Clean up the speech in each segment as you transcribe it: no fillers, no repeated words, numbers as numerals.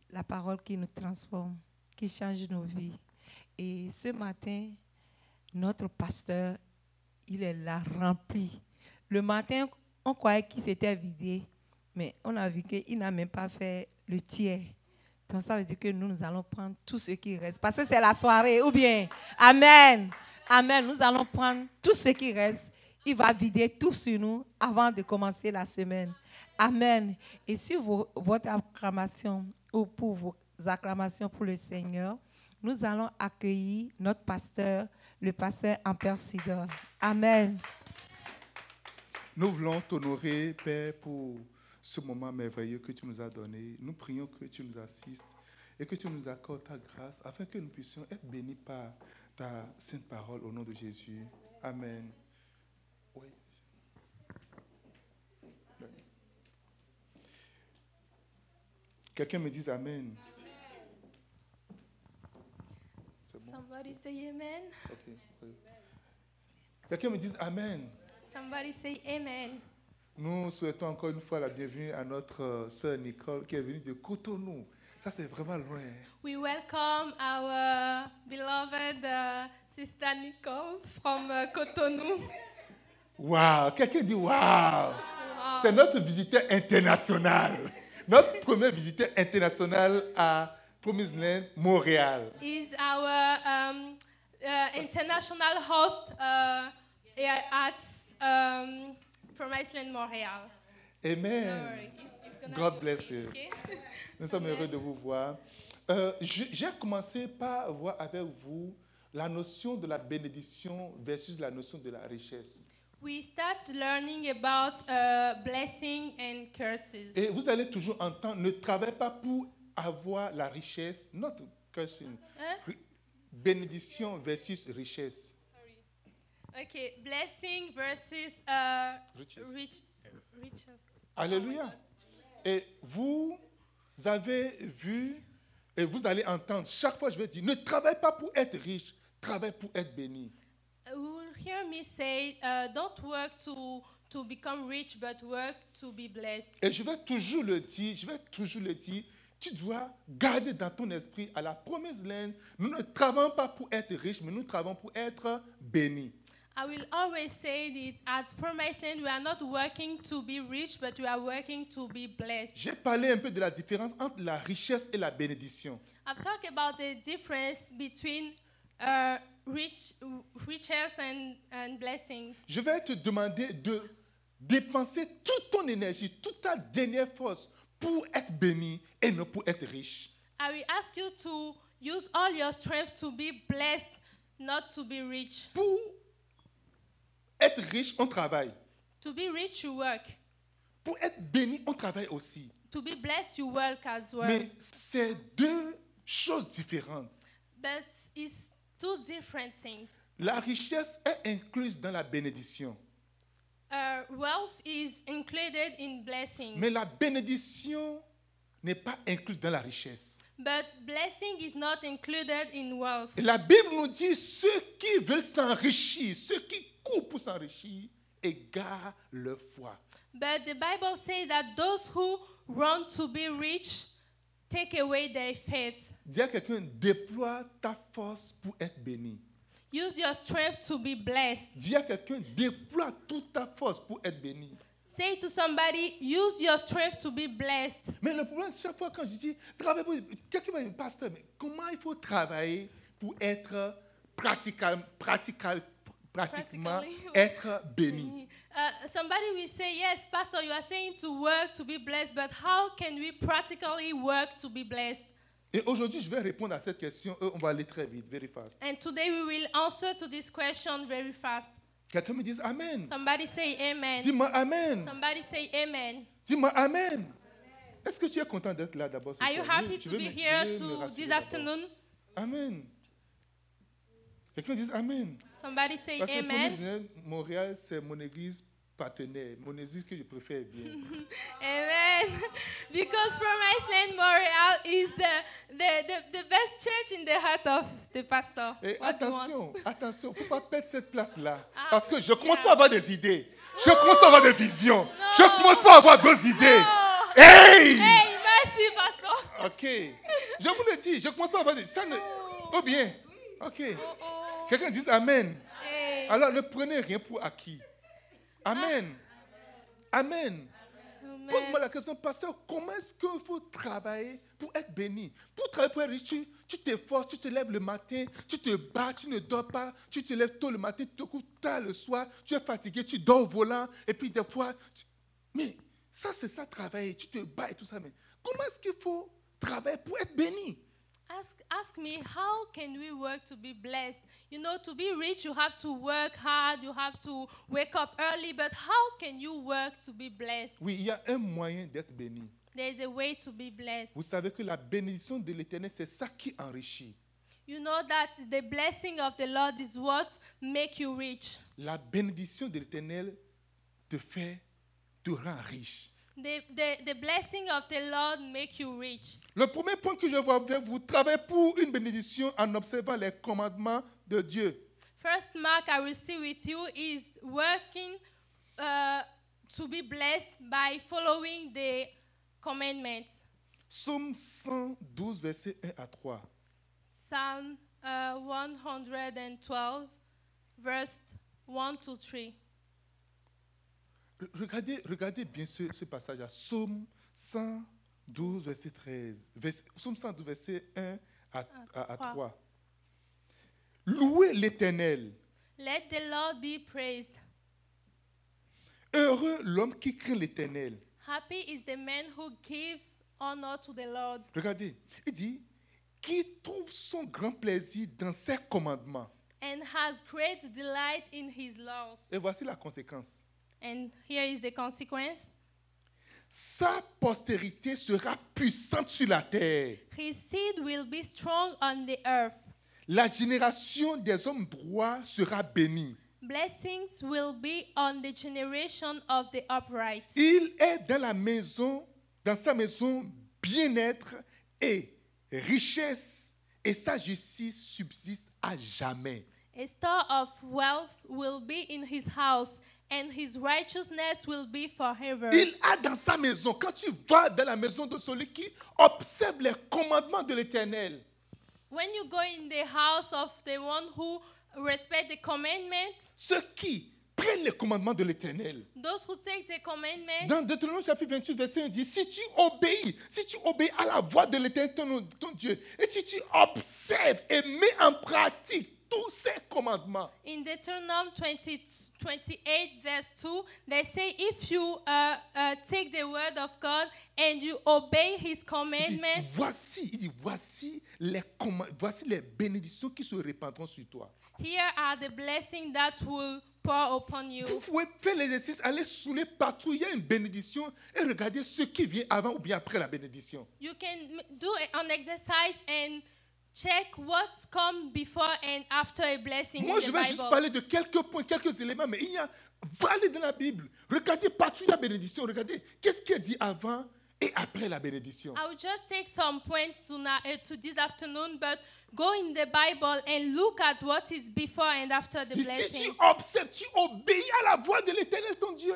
la parole qui nous transforme, qui change nos vies. Et ce matin, notre pasteur, il est là, rempli. Le matin, on croyait qu'il s'était vidé, mais on a vu qu'il n'a même pas fait le tiers. Donc ça veut dire que nous allons prendre tout ce qui reste. Parce que c'est la soirée, ou bien, amen, amen, nous allons prendre tout ce qui reste. Il va vider tout sur nous avant de commencer la semaine. Amen. Et sur votre acclamation, ou pour vos acclamations pour le Seigneur, nous allons accueillir notre pasteur, le pasteur Ampère Sidor. Amen. Nous voulons t'honorer, Père, pour ce moment merveilleux que tu nous as donné. Nous prions que tu nous assistes et que tu nous accordes ta grâce afin que nous puissions être bénis par ta sainte parole au nom de Jésus. Amen. Oui. Quelqu'un me dise Amen. C'est bon? Somebody say amen. Okay. Oui. Quelqu'un me dise Amen. Somebody say amen. Nous souhaitons encore une fois la bienvenue à notre sœur Nicole qui est venue de Cotonou. Ça, c'est vraiment loin. We welcome our beloved sister Nicole from Cotonou. Wow! Quelqu'un dit wow! C'est notre visiteur international. Notre premier visiteur international à Promised Land, Montréal. Is our international host at Promised Land Montréal. Amen. God bless you. Okay. Nous sommes heureux de vous voir. J'ai commencé par voir avec vous la notion de la bénédiction versus la notion de la richesse. We start learning about blessing and curses. Et vous allez toujours entendre, ne travaille pas pour avoir la richesse, not cursing. Bénédiction versus richesse. Okay, blessing versus riches. Alléluia. Et vous avez vu, et vous allez entendre, chaque fois je vais dire, ne travaille pas pour être riche, travaille pour être béni. You will hear me say, don't work to become rich, but work to be blessed. Et je vais toujours le dire, tu dois garder dans ton esprit, à la Promised Land, nous ne travaillons pas pour être riches, mais nous travaillons pour être bénis. I will always say that at Promised Land, we are not working to be rich, but we are working to be blessed. J'ai parlé un peu de la différence entre la richesse et la bénédiction. I've talked about the difference between riches and blessing. Je vais te demander de dépenser toute ton énergie, toute ta dernière force pour être béni et non pour être riche. I will ask you to use all your strength to be blessed, not to be rich. Pour être riche, on travaille. To be rich, you work. Pour être béni, on travaille aussi. To be blessed, you work as well. Mais c'est deux choses différentes. But it's two different things. La richesse est incluse dans la bénédiction. Wealth is included in blessing. Mais la bénédiction n'est pas incluse dans la richesse. But blessing is not included in wealth. Et la Bible nous dit, ceux qui veulent s'enrichir, ceux qui courent pour s'enrichir, égarent leur foi. But the Bible says that those who run to be rich take away their faith. Dis à quelqu'un, déploie ta force pour être béni. Use your strength to be blessed. Dis à quelqu'un, déploie toute ta force pour être béni. Say to somebody, use your strength to be blessed. Mais le problème, chaque fois quand je dis, travaille pour... Quelqu'un va me dire, pasteur, mais comment il faut travailler pour être pratiquement être béni? Somebody will say, yes, pastor, you are saying to work to be blessed, but how can we practically work to be blessed? Et aujourd'hui, je vais répondre à cette question. On va aller très vite, very fast. And today we will answer to this question very fast. Quelqu'un me dise Amen. Somebody say amen. Dis-moi Amen. Somebody say amen. Dis-moi Amen. Est-ce que tu es content d'être là d'abord ce Are soir? you happy to be here this afternoon? Amen. Quelqu'un dise Amen. Somebody say Parce que amen. Montréal, c'est mon église partenaire, mon église que je préfère bien. Amen. Because Promised Land Montreal is the best church in the heart of the pastor. Et What do you want? attention, faut pas perdre cette place-là. Parce que je commence pas à avoir des idées. Je commence à avoir des visions. Je commence pas à avoir d'autres idées. Hey! Hey, Merci, pasteur. Ok. Je vous le dis, je commence par dire ça. Oh bien. Ok. Quelqu'un dit Amen. Hey. Alors ne prenez rien pour acquis. Amen. Amen. Amen. Pose-moi la question, pasteur, comment est-ce qu'il faut travailler pour être béni? Pour travailler pour être riche, tu t'efforces, tu te lèves le matin, tu te bats, tu ne dors pas, tu te lèves tôt le matin, tu te couches tard le soir, tu es fatigué, tu dors au volant, et puis des fois... Mais ça, c'est ça, travailler, tu te bats et tout ça. Mais comment est-ce qu'il faut travailler pour être béni? Ask me, how can we work to be blessed? You know, to be rich, you have to work hard, you have to wake up early, but how can you work to be blessed? Oui, il y a un moyen d'être béni. There is a way to be blessed. Vous savez que la bénédiction de l'Éternel, c'est ça qui enrichit. You know that the blessing of the Lord is what make you rich. La bénédiction de l'Éternel te rend riche. The blessing of the Lord make you rich. Le premier point que je vois avec vous, travaillez pour une bénédiction en observant les commandements de Dieu. First mark I will see with you is working to be blessed by following the commandments. Psaume 112, versets 1 à 3. Psalm 112, verse 1 to 3. Regardez bien ce passage-là. Psaume 112, verset 13. Psaume 112, verset 1 à 3. Louez l'Éternel. Let the Lord be praised. Heureux l'homme qui craint l'Éternel. Happy is the man who gives honor to the Lord. Regardez, il dit, qui trouve son grand plaisir dans ses commandements. And has great delight in his laws. Et voici la conséquence. And here is the consequence. Sa postérité sera puissante sur la terre. His seed will be strong on the earth. La génération des hommes droits sera bénie. Blessings will be on the generation of the upright. Il est dans sa maison, bien-être et richesse, et sa justice subsiste à jamais. A store of wealth will be in his house, and his righteousness will be forever. Il a dans sa maison, quand tu vas dans la maison de celui qui observe les commandements de l'Éternel, When you go in the house of the one who respect the commandments, ceux qui prennent les commandements de l'Éternel. those who take the commandments, Dans Deutéronome chapitre 28, verset 1 dit, si tu obéis à la voix de l'Éternel, ton Dieu, et si tu observes et mets en pratique tous ces commandements, in Deuteronomy 28 verse 2, they say if you take the word of God and you obey his il dit, commandments, voici les bénédictions qui se répandront sur toi. here are the blessings that will pour upon you. Vous pouvez faire l'exercice, aller souler partout, il y a une bénédiction et regarder ce qui vient avant ou bien après la bénédiction. You can do an exercise and check what's come before and after a blessing Moi, in je the vais juste Bible. parler de quelques points, quelques éléments, mais va aller dans la Bible. Regardez partout la bénédiction. Regardez qu'est-ce qui est dit avant et après la bénédiction. I will just take some points to this afternoon, but go in the Bible and look at what is before and after the Et si tu blessing. observes, tu obéis à la voix de l'Éternel, ton Dieu.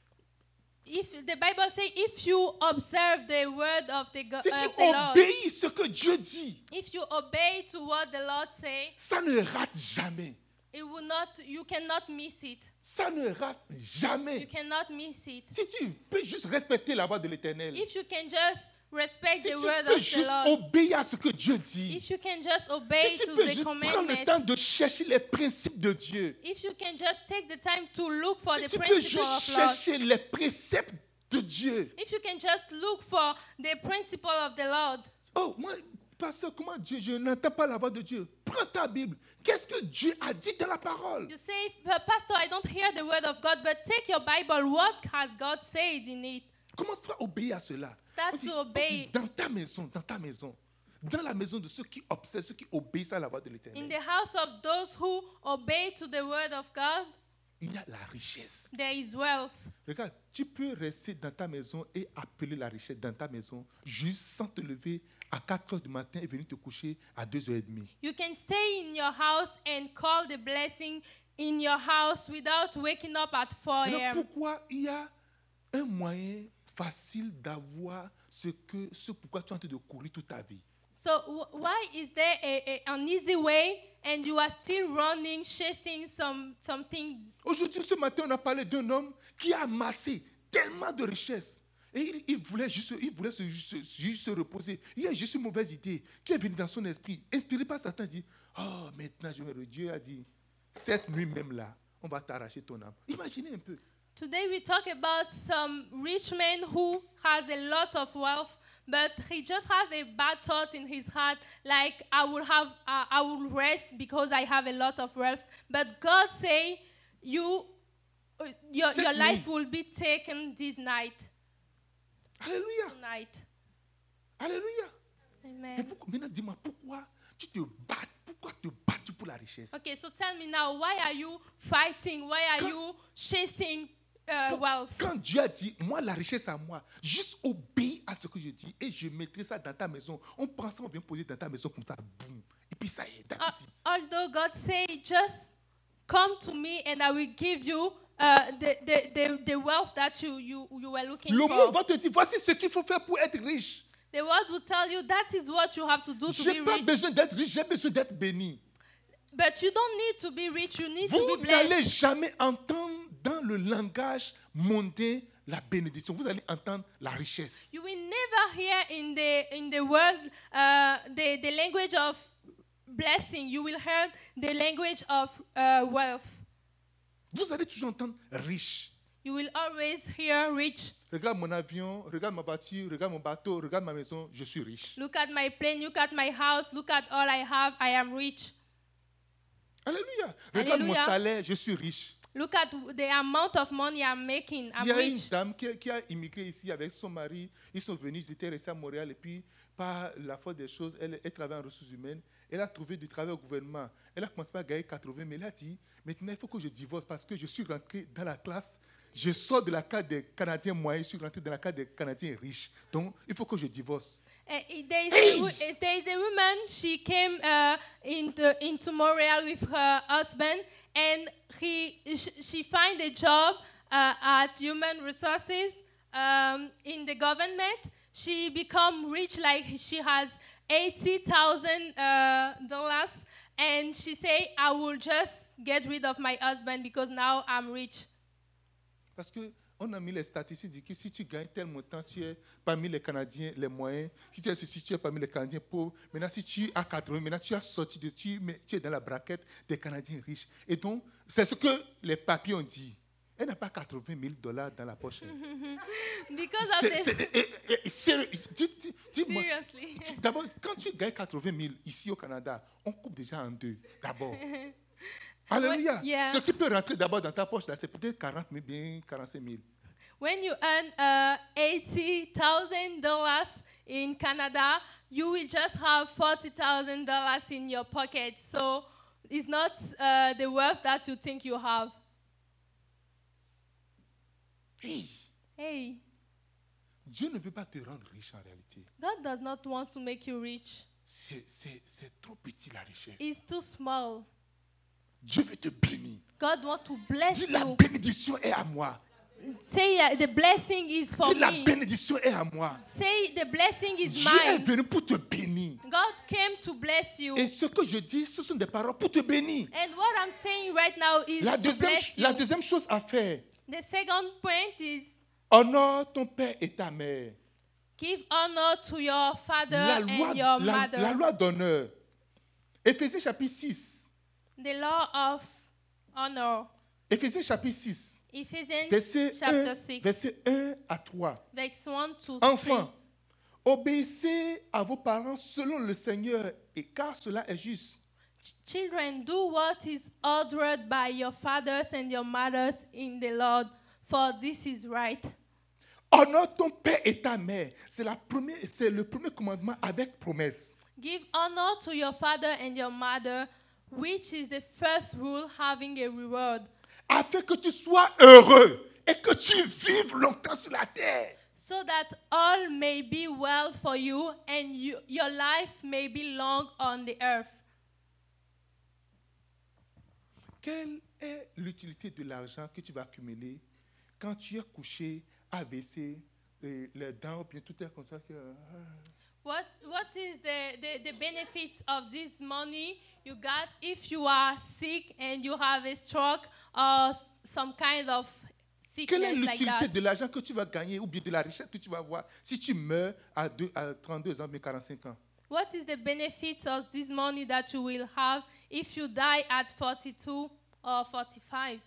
If the Bible says, if you observe the word of the, Si tu Lord, obéis ce que Dieu dit, if you obey to what the Lord says, ça ne rate jamais. you cannot miss it. Ça ne rate You jamais. cannot miss it. Si tu peux juste respecter la voix de l'Éternel, If you can just respect si the tu word peux of the juste Lord, obéir à ce que Dieu dit, if you can just obey si tu to peux the juste prendre le commandments, temps de chercher les principes de Dieu, if you can just take the time to look for si the tu peux principle juste of Lord, chercher les préceptes de Dieu. if you can just look for the principle of the Lord. Oh, moi, pasteur, comment Dieu, je n'entends pas la voix de Dieu. Prends ta Bible. Qu'est-ce que Dieu a dit dans la parole? You say, Pastor, I don't hear the word of God, but take your Bible. What has God said in it? Commence à obéir à cela. Start On dit, to obey. dans ta maison, dans la maison de ceux qui observent, ceux qui obéissent à la voix de In l'Éternel, the house of those who obey to the word of God, il y a la richesse. there is wealth. Regarde, tu peux rester dans ta maison et appeler la richesse dans ta maison juste sans te lever à 4 heures du matin et venir te coucher à 2h30. You can stay in your house and call the blessing in your house without waking up at 4 Alors a.m. pourquoi il y a un moyen facile d'avoir ce pourquoi tu es en train de courir toute ta vie? So why is there an easy way and you are still running, chasing something? Aujourd'hui, ce matin, on a parlé d'un homme qui a amassé tellement de richesses. Et il voulait juste se reposer. Il a juste une mauvaise idée qui est venue dans son esprit. Inspiré par Satan, il dit, oh, maintenant, Dieu a dit, cette nuit même là, on va t'arracher ton âme. Imaginez un peu. Today we talk about some rich man who has a lot of wealth, but he just has a bad thought in his heart, like I will rest because I have a lot of wealth. But God say, your life will be taken this night. Alléluia. Tonight. Alléluia. Amen. Maintenant, dis-moi, pourquoi tu te bats? Pourquoi te bats-tu pour la richesse? Okay, so tell me now, why are you fighting? Why are you chasing wealth? Quand Dieu a dit, moi, la richesse à moi, juste obéis à ce que je dis et je mettrai ça dans ta maison. On prend ça, on vient poser dans ta maison comme ça, boum. Et puis ça y est, that's it. Although God say, just come to me and I will give you the wealth that you were looking Le for. monde va te dire, voici ce qu'il faut faire pour être riche. The world will tell you that is what you have to do to Je be n'ai pas rich. besoin d'être riche, j'ai besoin d'être béni. But you don't need to be rich, you need to Vous be n'allez blessed. jamais entendre dans le langage mondain la bénédiction. Vous allez entendre la richesse. You will never hear in the world the language of blessing. You will hear the language of wealth. Vous allez toujours entendre riche. You will always hear rich. Regarde mon avion, regarde ma voiture, regarde mon bateau, regarde ma maison, je suis riche. Look at my plane, look at my house, look at all I have, I am rich. Alléluia. Regarde mon Alléluia. salaire, je suis riche. Look at the amount of money I'm making, I'm Il y a une rich. dame qui a immigré ici avec son mari. Ils sont venus, ils étaient restés à Montréal. Et puis, par la force des choses, elle travaille en ressources humaines. Elle a trouvé du travail au gouvernement. Elle a commencé à gagner 80 000. Elle a dit, maintenant, il faut que je divorce parce que je suis rentré dans la classe. Je sors de la classe des Canadiens moyens, je suis rentré dans la classe des Canadiens riches. Donc, il faut que je divorce. There is a woman, she came into Montreal with her husband, and she find a job at Human Resources in the government. She become rich, like she has $80,000, and she say, I will just get rid of my husband because now I'm rich. Parce qu'on a mis les statistiques qui disent que si tu gagnes tel montant, tu es parmi les Canadiens les moyens. Si tu es ceci, tu es parmi les Canadiens pauvres. Maintenant, si tu as 80, maintenant tu as sorti de tu es dans la braquette des Canadiens riches. Et donc, c'est ce que les papiers ont dit. Elle n'a pas $80 000 dans la poche. Because of this. Dis-moi, Seriously. d'abord, quand tu gagnes 80 000 ici au Canada, on coupe déjà en deux. D'abord. Alléluia. Yeah. Ce qui peut rentrer d'abord dans ta poche, là, c'est peut-être 40 000, bien 45 000. When you earn $80,000 in Canada, you will just have $40,000 in your pocket. So it's not the wealth that you think you have. Hey, Dieu ne veut pas te rendre riche en réalité. God does not want to make you rich. C'est trop petit la richesse. It's too small. Dieu veut te bénir. God wants to bless Dis la you. bénédiction est à moi. Say the blessing is for Dis la me. bénédiction est à moi. Say the blessing is Dieu est mine. venu pour te bénir. God came to bless you. Et ce que je dis, ce sont des paroles pour te bénir. And what I'm saying right now is La to bless you. deuxième chose à faire, The second point is honore ton père et ta mère. give honor to your father La loi, and your mother. la loi d'honneur. Éphésiens chapitre 6. The law of honor. Éphésiens chapitre 6. Ephesians Verset chapter 1, 6, verset 1 à 3. verse 1 to 3. Enfants, obéissez à vos parents selon le Seigneur, et car cela est juste. Children, do what is ordered by your fathers and your mothers in the Lord, for this is right. Honore ton père et ta mère. C'est le premier commandement avec promesse. Give honor to your father and your mother, which is the first rule having a reward, Afin que tu sois heureux et que tu vives longtemps sur la terre. so that all may be well for you and your life may be long on the earth. Quelle est l'utilité de l'argent que tu vas accumuler quand tu es couché, AVC, les dents, ou bien tout est comme ça. What is the benefit of this money you got if you are sick and you have a stroke or some kind of Quelle est sickness like l'utilité that? de l'argent que tu vas gagner ou bien de la richesse que tu vas avoir si tu meurs à 32 ans, mais 45 ans? What is the benefit of this money that you will have if you die at 42 or 45?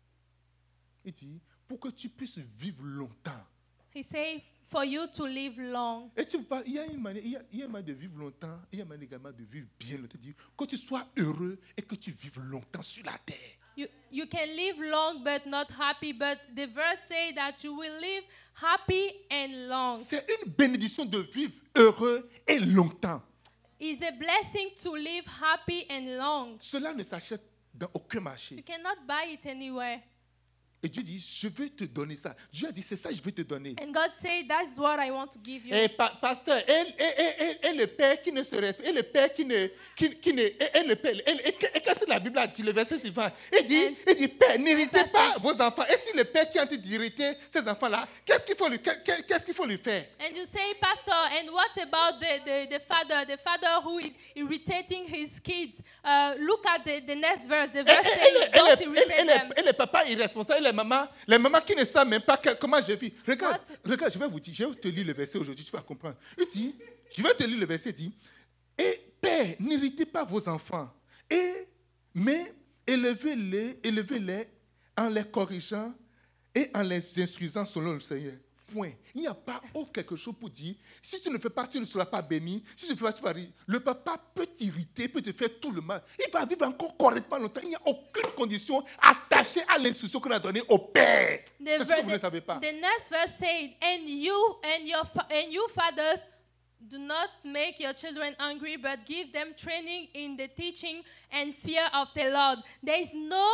Il dit, pour que tu puisses vivre longtemps. He said, for you to live long. Et tu vois, il y a une manière, il y a une manière de vivre longtemps, il y a une manière également de vivre bien longtemps. Il dit, que tu sois heureux et que tu vives longtemps sur la terre. You can live long but not happy, but the verse say that you will live happy and long. C'est une bénédiction de vivre heureux et longtemps. It's a blessing to live happy and long. Cela ne s'achète dans aucun marché. You cannot buy it anywhere. Et Dieu dit, je vais te donner ça. Dieu a dit, c'est ça que je vais te donner. And God said, that's what I want to give you. Et pasteur, et le père qui ne se respecte, et le père qui ne, et le père, et qu'est-ce que la Bible a dit, le verset suivant, il dit, père, n'irritez pas vos enfants. Et si le père qui est en train d'irriter ces enfants-là, qu'est-ce qu'il faut lui faire? And you say, Pastor, and what about the father who is irritating his kids? Look at the next verse. The verse says, don't irritate them. Et les papas irresponsables, les mamans qui ne savent même pas comment je vis. Regarde, je vais vous dire, je vais te lire le verset aujourd'hui, tu vas comprendre. Il dit, je vais te lire le verset, il dit, et père, n'irritez pas vos enfants, mais élevez-les en les corrigeant et en les instruisant selon le Seigneur. Point. Il n'y a pas quelque chose pour dire, si tu ne fais pas, tu ne seras pas béni. Si tu ne fais pas, tu vas rire. Le papa peut t'irriter, peut te faire tout le mal. Il va vivre encore correctement longtemps. Il n'y a aucune condition attachée à l'instruction qu'on a donnée au père. C'est ce que vous ne savez pas. The next verse said, and you fathers, do not make your children angry, but give them training in the teaching and fear of the Lord. There is no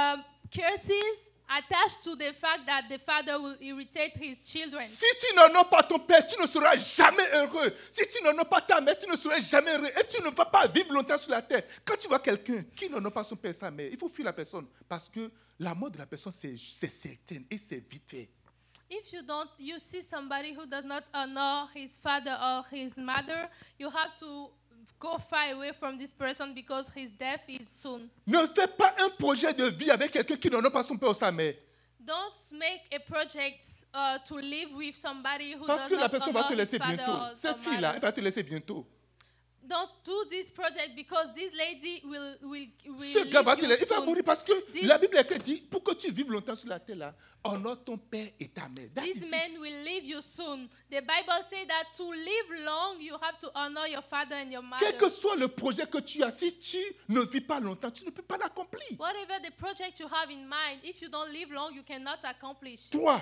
curses attached to the fact that the father will irritate his children. Si tu n'honores pas ton père, tu ne seras jamais heureux. Si tu n'honores pas ta mère, tu ne seras jamais heureux. Et tu ne vas pas vivre longtemps sur la terre. Quand tu vois quelqu'un qui n'honore pas son père et sa mère, il faut fuir la personne. Parce que la mort de la personne, c'est certain et c'est vite fait. If you see somebody who does not honor his father or his mother, you have to go far away from this person because his death is soon. Ne fais pas un projet de vie avec quelqu'un qui n'honore pas son père ou sa mère. Don't make a project to live with somebody who Parce does que la not personne va te honor his laisser father bientôt. or Cette some fille-là, mother. elle va te laisser bientôt. Don't do this project because this lady will Ce gars va leave te you laisser. Il va soon. mourir parce que This- la Bible est dit, pour que tu vives longtemps sur la terre, là, honore ton père et ta mère. That is This it. man will leave you soon. The Bible says that to live long, you have to honor your father and your mother. Quel que soit le projet que tu as, si tu ne vis pas longtemps, tu ne peux pas l'accomplir. Whatever the project you have in mind, if you don't live long, you cannot accomplish. Toi,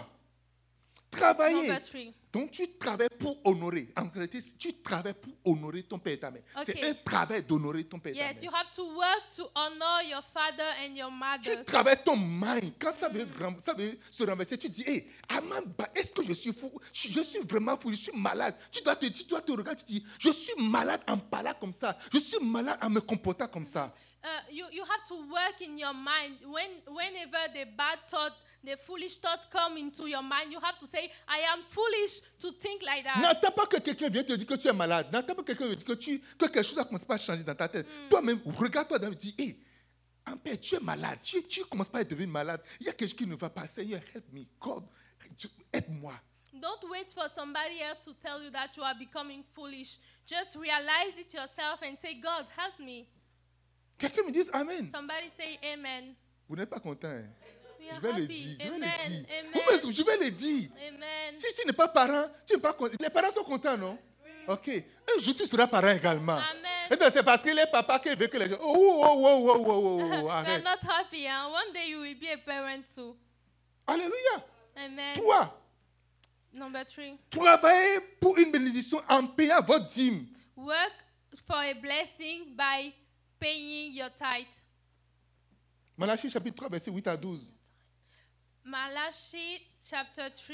travailler. Number 3. Donc tu travailles pour honorer. En réalité, tu travailles pour honorer ton père et ta mère. C'est Ok. un travail d'honorer ton père et ta Yes, mère. you have to work to honor your father and your mother. Tu travailles ton mind. Quand ça veut se renverser, tu dis, hey, Amamba, est-ce que je suis fou? Je suis vraiment fou, je suis malade. Tu dois te regarder, tu dis, je suis malade en parlant comme ça. Je suis malade en me comportant comme ça. You have to work in your mind. Whenever the bad thought, the foolish thoughts come into your mind, you have to say, I am foolish to think like that. N'attends pas que quelqu'un vienne te dire que tu es malade. N'attends pas que quelqu'un vienne te dire que quelque chose a commencé à changer dans ta tête. Toi-même, regarde-toi dans et dis, hey, en paix, tu es malade. Tu commences pas à devenir malade. Il y a quelque chose qui ne va pas. Seigneur, help me. God, aide-moi. Don't wait for somebody else to tell you that you are becoming foolish. Just realize it yourself and say, God, help me. Quelqu'un me dise Amen. Somebody say amen. Vous n'êtes pas content. Hein? We are Je vais le happy. dire. Je vais Amen. le dire. Amen. Je vais le dire. Amen. Si tu n'es pas parent, tu n'es pas content. Les parents sont contents, non? Ok. Un jour, tu seras parent également. Amen. Et bien, c'est parce que les papas qui veulent que les gens. Oh, We are arrête. not happy. Hein? One day you will be a parent too. Alléluia. Amen. Toi, Number 3. travaillez pour une bénédiction en payant votre dîme. Work for a blessing by paying your tithe. Malachie chapitre 3, verset 8 à 12. Malachi chapter 3.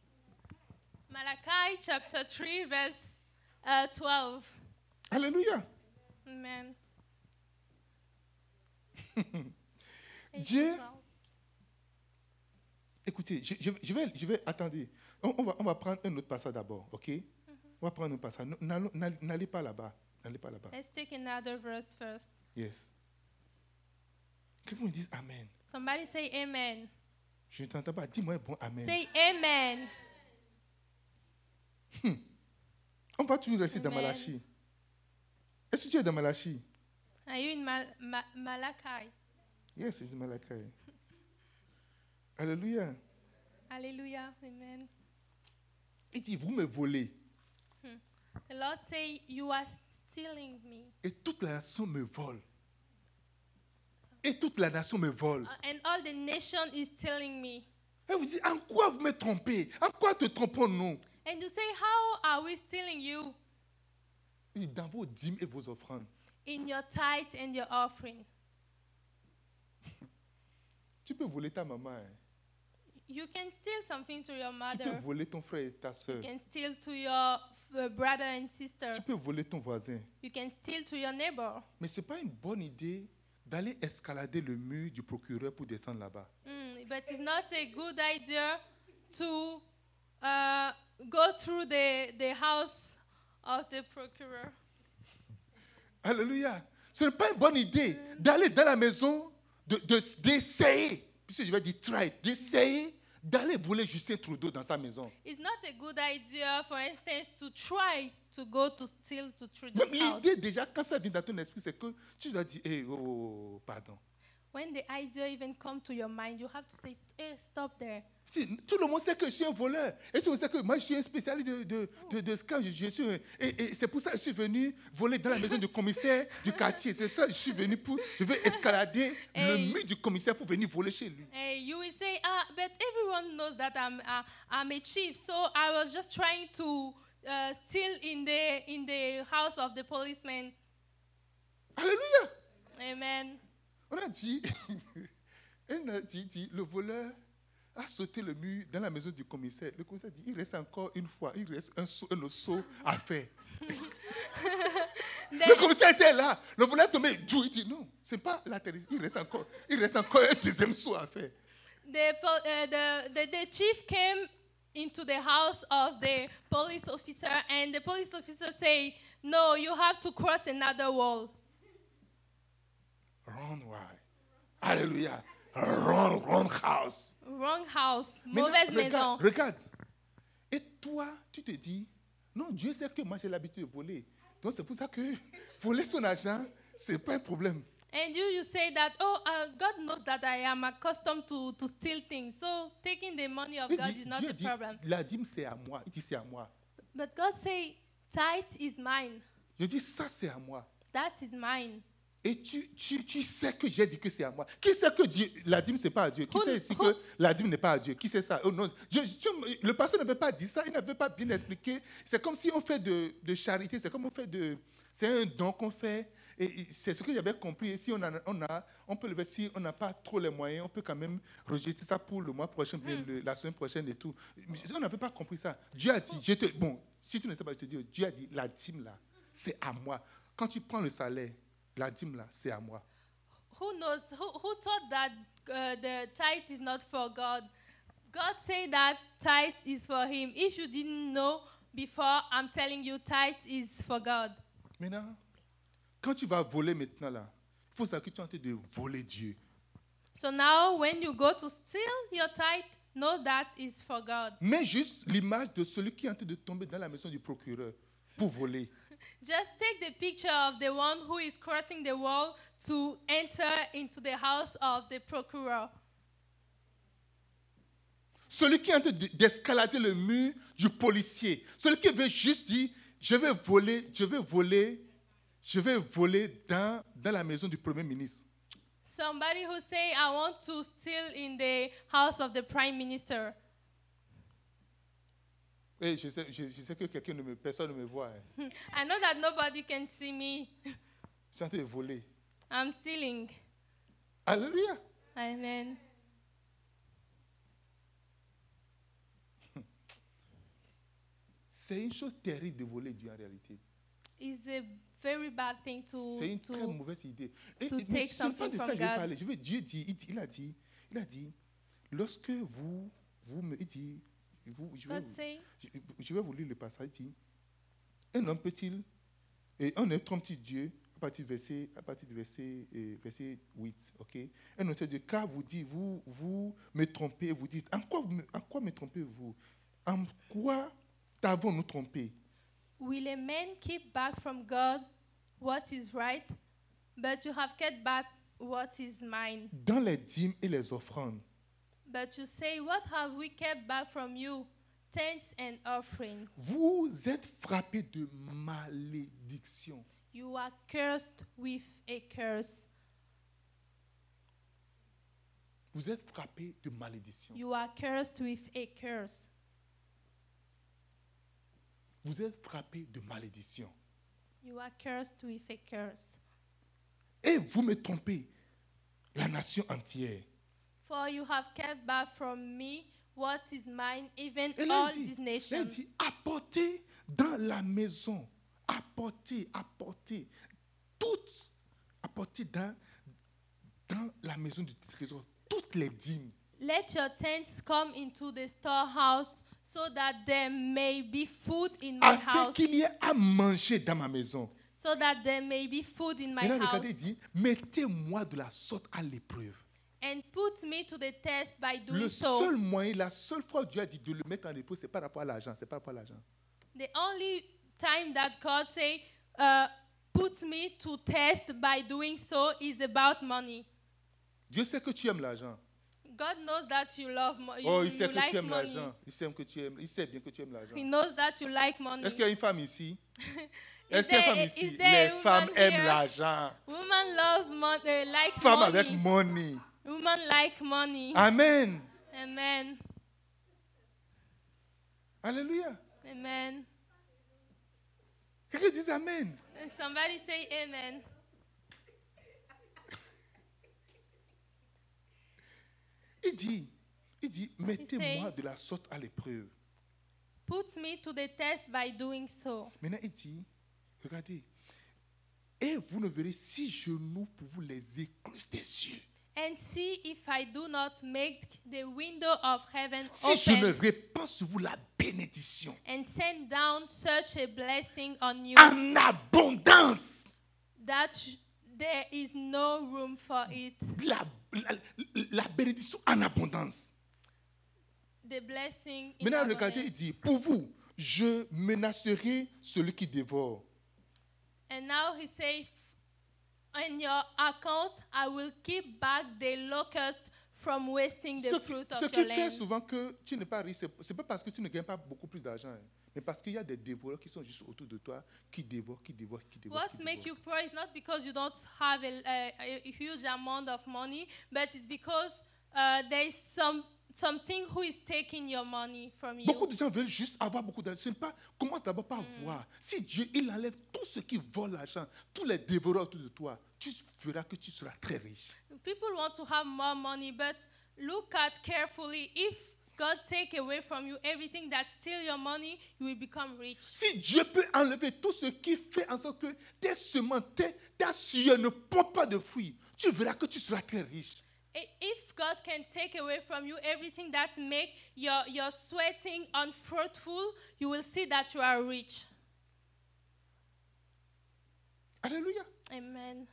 Malachi chapter 3 verse 12. Alléluia. Amen. Dieu, écoutez, je vais attendez. On va prendre un autre passage d'abord, ok? On va prendre un passage. N'allez pas là-bas. N'allez pas là-bas. Let's take another verse first. Yes. Quelqu'un me dise Amen. Somebody say amen. Je ne t'entends pas. Dis-moi un bon Amen. Say amen. On va toujours rester dans Amen. Malachie. Est-ce que tu es dans Malachie? Are you in Malachi? Yes, c'est Malachi. Alléluia. Hallelujah. Amen. Il dit, vous me volez. The Lord say, you are stealing me. Et toute la nation me vole. Et toute la nation me vole. And all the nation is stealing me. Et vous dites, en quoi vous me trompez? En quoi te trompons-nous? And you say, how are we stealing you? Il dit, dans vos dîmes et vos offrandes. In your tithe and your offering. Tu peux voler ta maman. Hein. You can steal something to your Tu mother. peux voler ton frère et ta soeur. You can steal to your brother and sister. Tu peux voler ton voisin. You can steal to your neighbor. Mais ce n'est pas une bonne idée d'aller escalader le mur du procureur pour descendre là-bas. But it's not a good idea to go through the house of the procurer. Alléluia. Ce n'est pas une bonne idée d'aller dans la maison, d'essayer, puisque je vais dire try, d'essayer d'aller voler Justin Trudeau dans sa maison. It's not a good idea, for instance, to try to go to steal to Trudeau's Même house. l'idée déjà, quand ça vient dans ton esprit, c'est que tu dois dire, hey, oh, pardon. When the idea even comes to your mind, you have to say, hey, stop there. Tout le monde sait que je suis un voleur. Et tout le monde sait que moi, je suis un spécialiste de ce que je suis. Et c'est pour ça que je suis venu voler dans la maison du commissaire du quartier. C'est pour ça que je suis venu je vais escalader le mur du commissaire pour venir voler chez lui. You will say, but everyone knows that I'm a chief, so I was just trying to steal in the house of the policeman. Alléluia. Amen. On a dit, le voleur a sauté le mur dans la maison du commissaire. Le commissaire dit, il reste encore une fois, il reste un autre saut à faire. Le commissaire était là, le voleur est tombé, il dit, non, c'est pas la terre, il reste encore un deuxième saut à faire. The chief came into the house of the police officer, and the police officer say, no, you have to cross another wall. Wrong way. Alléluia. Wrong house. Wrong house. Maintenant, Mauvaise maison. Regarde. Et toi, tu te dis, non, Dieu sait que moi j'ai l'habitude de voler. Donc c'est pour ça que voler son argent, c'est pas un problème. And you say that, God knows that I am accustomed to steal things. So taking the money of God is not Dieu a dit, problem. la dîme c'est à moi. Il dit c'est à moi. But God say, tithe is mine. Je dis ça c'est à moi. That is mine. Et tu sais que j'ai dit que c'est à moi. Qui sait que Dieu, la dîme c'est pas à Dieu? Qui sait ici que la dîme n'est pas à Dieu? Qui sait ça? Oh non, le pasteur n'avait pas dit ça, il n'avait pas bien expliqué. C'est comme si on fait de charité, c'est un don qu'on fait. Et c'est ce que j'avais compris. Et si on peut le faire, si on n'a pas trop les moyens, on peut quand même rejeter ça pour le mois prochain, la semaine prochaine et tout. On n'avait pas compris ça. Dieu a dit, si tu ne sais pas, je te dis, Dieu a dit, la dîme là, c'est à moi. Quand tu prends le salaire, la dîme là, c'est à moi. Who knows? Who thought that the tithe is not for God? God said that tithe is for Him. If you didn't know before, I'm telling you, tithe is for God. Maintenant, quand tu vas voler maintenant là, il faut savoir que tu es en train de voler Dieu. So now, when you go to steal your tithe, know that is for God. Mais juste l'image de celui qui est en train de tomber dans la maison du procureur pour voler. Just take the picture of the one who is crossing the wall to enter into the house of the procurer. Celui qui est en train d'escalader le mur du policier. Celui qui veut juste dire, je vais voler dans la maison du Premier ministre. Somebody who say, I want to steal in the house of the prime minister. Et je sais que personne ne me voit. Hein. I know that nobody can see me. Je suis en train de voler. I'm stealing. Alléluia. Amen. C'est une chose terrible de voler Dieu en réalité. It's a very bad thing C'est une très mauvaise idée. Et to mais take c'est pas something de ça from que je vais God. parler. Dieu dit, il a dit, lorsque vous me, il dit, God say, je vais vous lire le passage. Il dit, un homme peut-il, et on ne trompe-t-il Dieu, à partir du verset 8, ok? Un autre Dieu, car vous dites, vous me trompez, vous dites, en quoi me trompez-vous? En quoi t'avons-nous trompé? will a man keep back from God what is right? But you have kept back what is mine. Dans les dîmes et les offrandes, But you say, what have we kept back from you? Thanks and offering. vous êtes frappés de malédiction. You are cursed with a curse. Vous êtes frappés de malédiction. You are cursed with a curse. Vous êtes frappés de malédiction. You are cursed with a curse. Et vous me trompez, la nation entière. For you have kept back from me what is mine, even Et là, all il these dit, nations. apportez dans la maison, apportez, toutes, apportez dans la maison du trésor, toutes les dîmes. Let your tents come into the storehouse, so that there may be food in my Afin house. qu'il y ait à manger dans ma maison. So that there may be food in my Maintenant, house. regardez, il dit, mettez-moi de la sorte à l'épreuve. And put me to the test by doing Le so. seul moyen, la seule fois que Dieu a dit de le mettre en épreuve, c'est par rapport à l'argent. C'est par rapport à l'argent. The only time that God say, put me to test by doing so is about money. Dieu sait que tu aimes l'argent. God knows that you love money. Oh, il sait You que like tu aimes money. l'argent. Il sait bien que tu aimes l'argent. He knows that you like money. Est-ce qu'il y a une femme ici? Is Est-ce qu'il y a une there- femme is ici? there a Les woman femmes aiment here? l'argent. Woman loves money, likes Femme money. avec money. Woman like money. Amen. Amen. Alléluia. Amen. Quelqu'un dit Amen. And somebody say amen. Il dit, mettez-moi de la sorte à l'épreuve. Put me to the test by doing so. Maintenant, il dit, regardez, et vous ne verrez si je n'ouvre pour vous les écluses des cieux. And see if I do not make the window of heaven Si je ne open répands sur vous la bénédiction and send down such a blessing on you en abondance. that there is no room for it. La bénédiction en abondance. The blessing in Maintenant, regardez, il abundance. dit, pour vous, je menacerai celui qui dévore. And now he says, in your account, I will keep back the locust from wasting the fruit Ce of qui your fait land. souvent que tu n'es pas riche, ce n'est pas parce que tu ne gagnes pas beaucoup plus d'argent, hein, mais parce qu'il y a des dévoreurs qui sont juste autour de toi, qui dévorent. What makes you poor is not because you don't have a huge amount of money, but it's because there is something who is taking your money from you. Beaucoup de gens veulent juste avoir beaucoup d'argent. Ce n'est pas, commence d'abord par voir. Si Dieu, il enlève tout ce qui vole l'argent, tous les dévoreurs autour de toi, tu verras que tu seras très riche. People want to have more money, but look at carefully. If God take away from you everything that steals your money, you will become rich. Si Dieu peut enlever tout ce qui fait en sorte que tes semences, ta sueur ne portent pas de fruits, tu verras que tu seras très riche. If God can take away from you everything that make your sweating unfruitful, you will see that you are rich. Alléluia. Amen.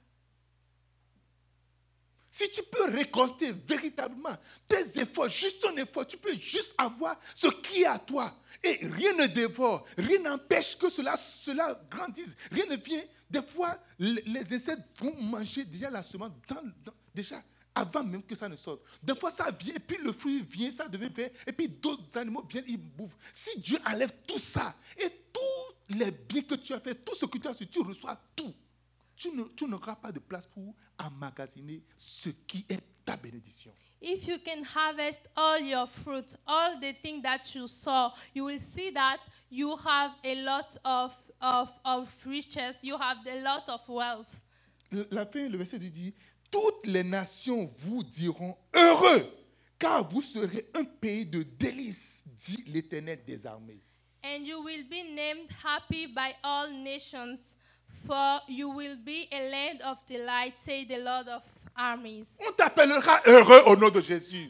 Si tu peux récolter véritablement tes efforts, juste ton effort, tu peux juste avoir ce qui est à toi. Et rien ne dévore, rien n'empêche que cela grandisse. Rien ne vient. Des fois, les insectes vont manger déjà la semence déjà avant même que ça ne sorte. Des fois, ça vient, et puis le fruit vient, ça devient vert, et puis d'autres animaux viennent, ils bouffent. Si Dieu enlève tout ça, et tous les biens que tu as fait, tout ce que tu as fait, tu reçois tout. Tu n'auras pas de place pour emmagasiner ce qui est ta bénédiction. If you can harvest all your fruit, all the things that you sow, you will see that you have a lot of riches, you have a lot of wealth. La fin, le verset dit, toutes les nations vous diront heureux, car vous serez un pays de délices, dit l'Éternel des armées. And you will be named happy by all nations, for you will be a land of delight, say the Lord of armies. On t'appellera heureux au nom de Jésus.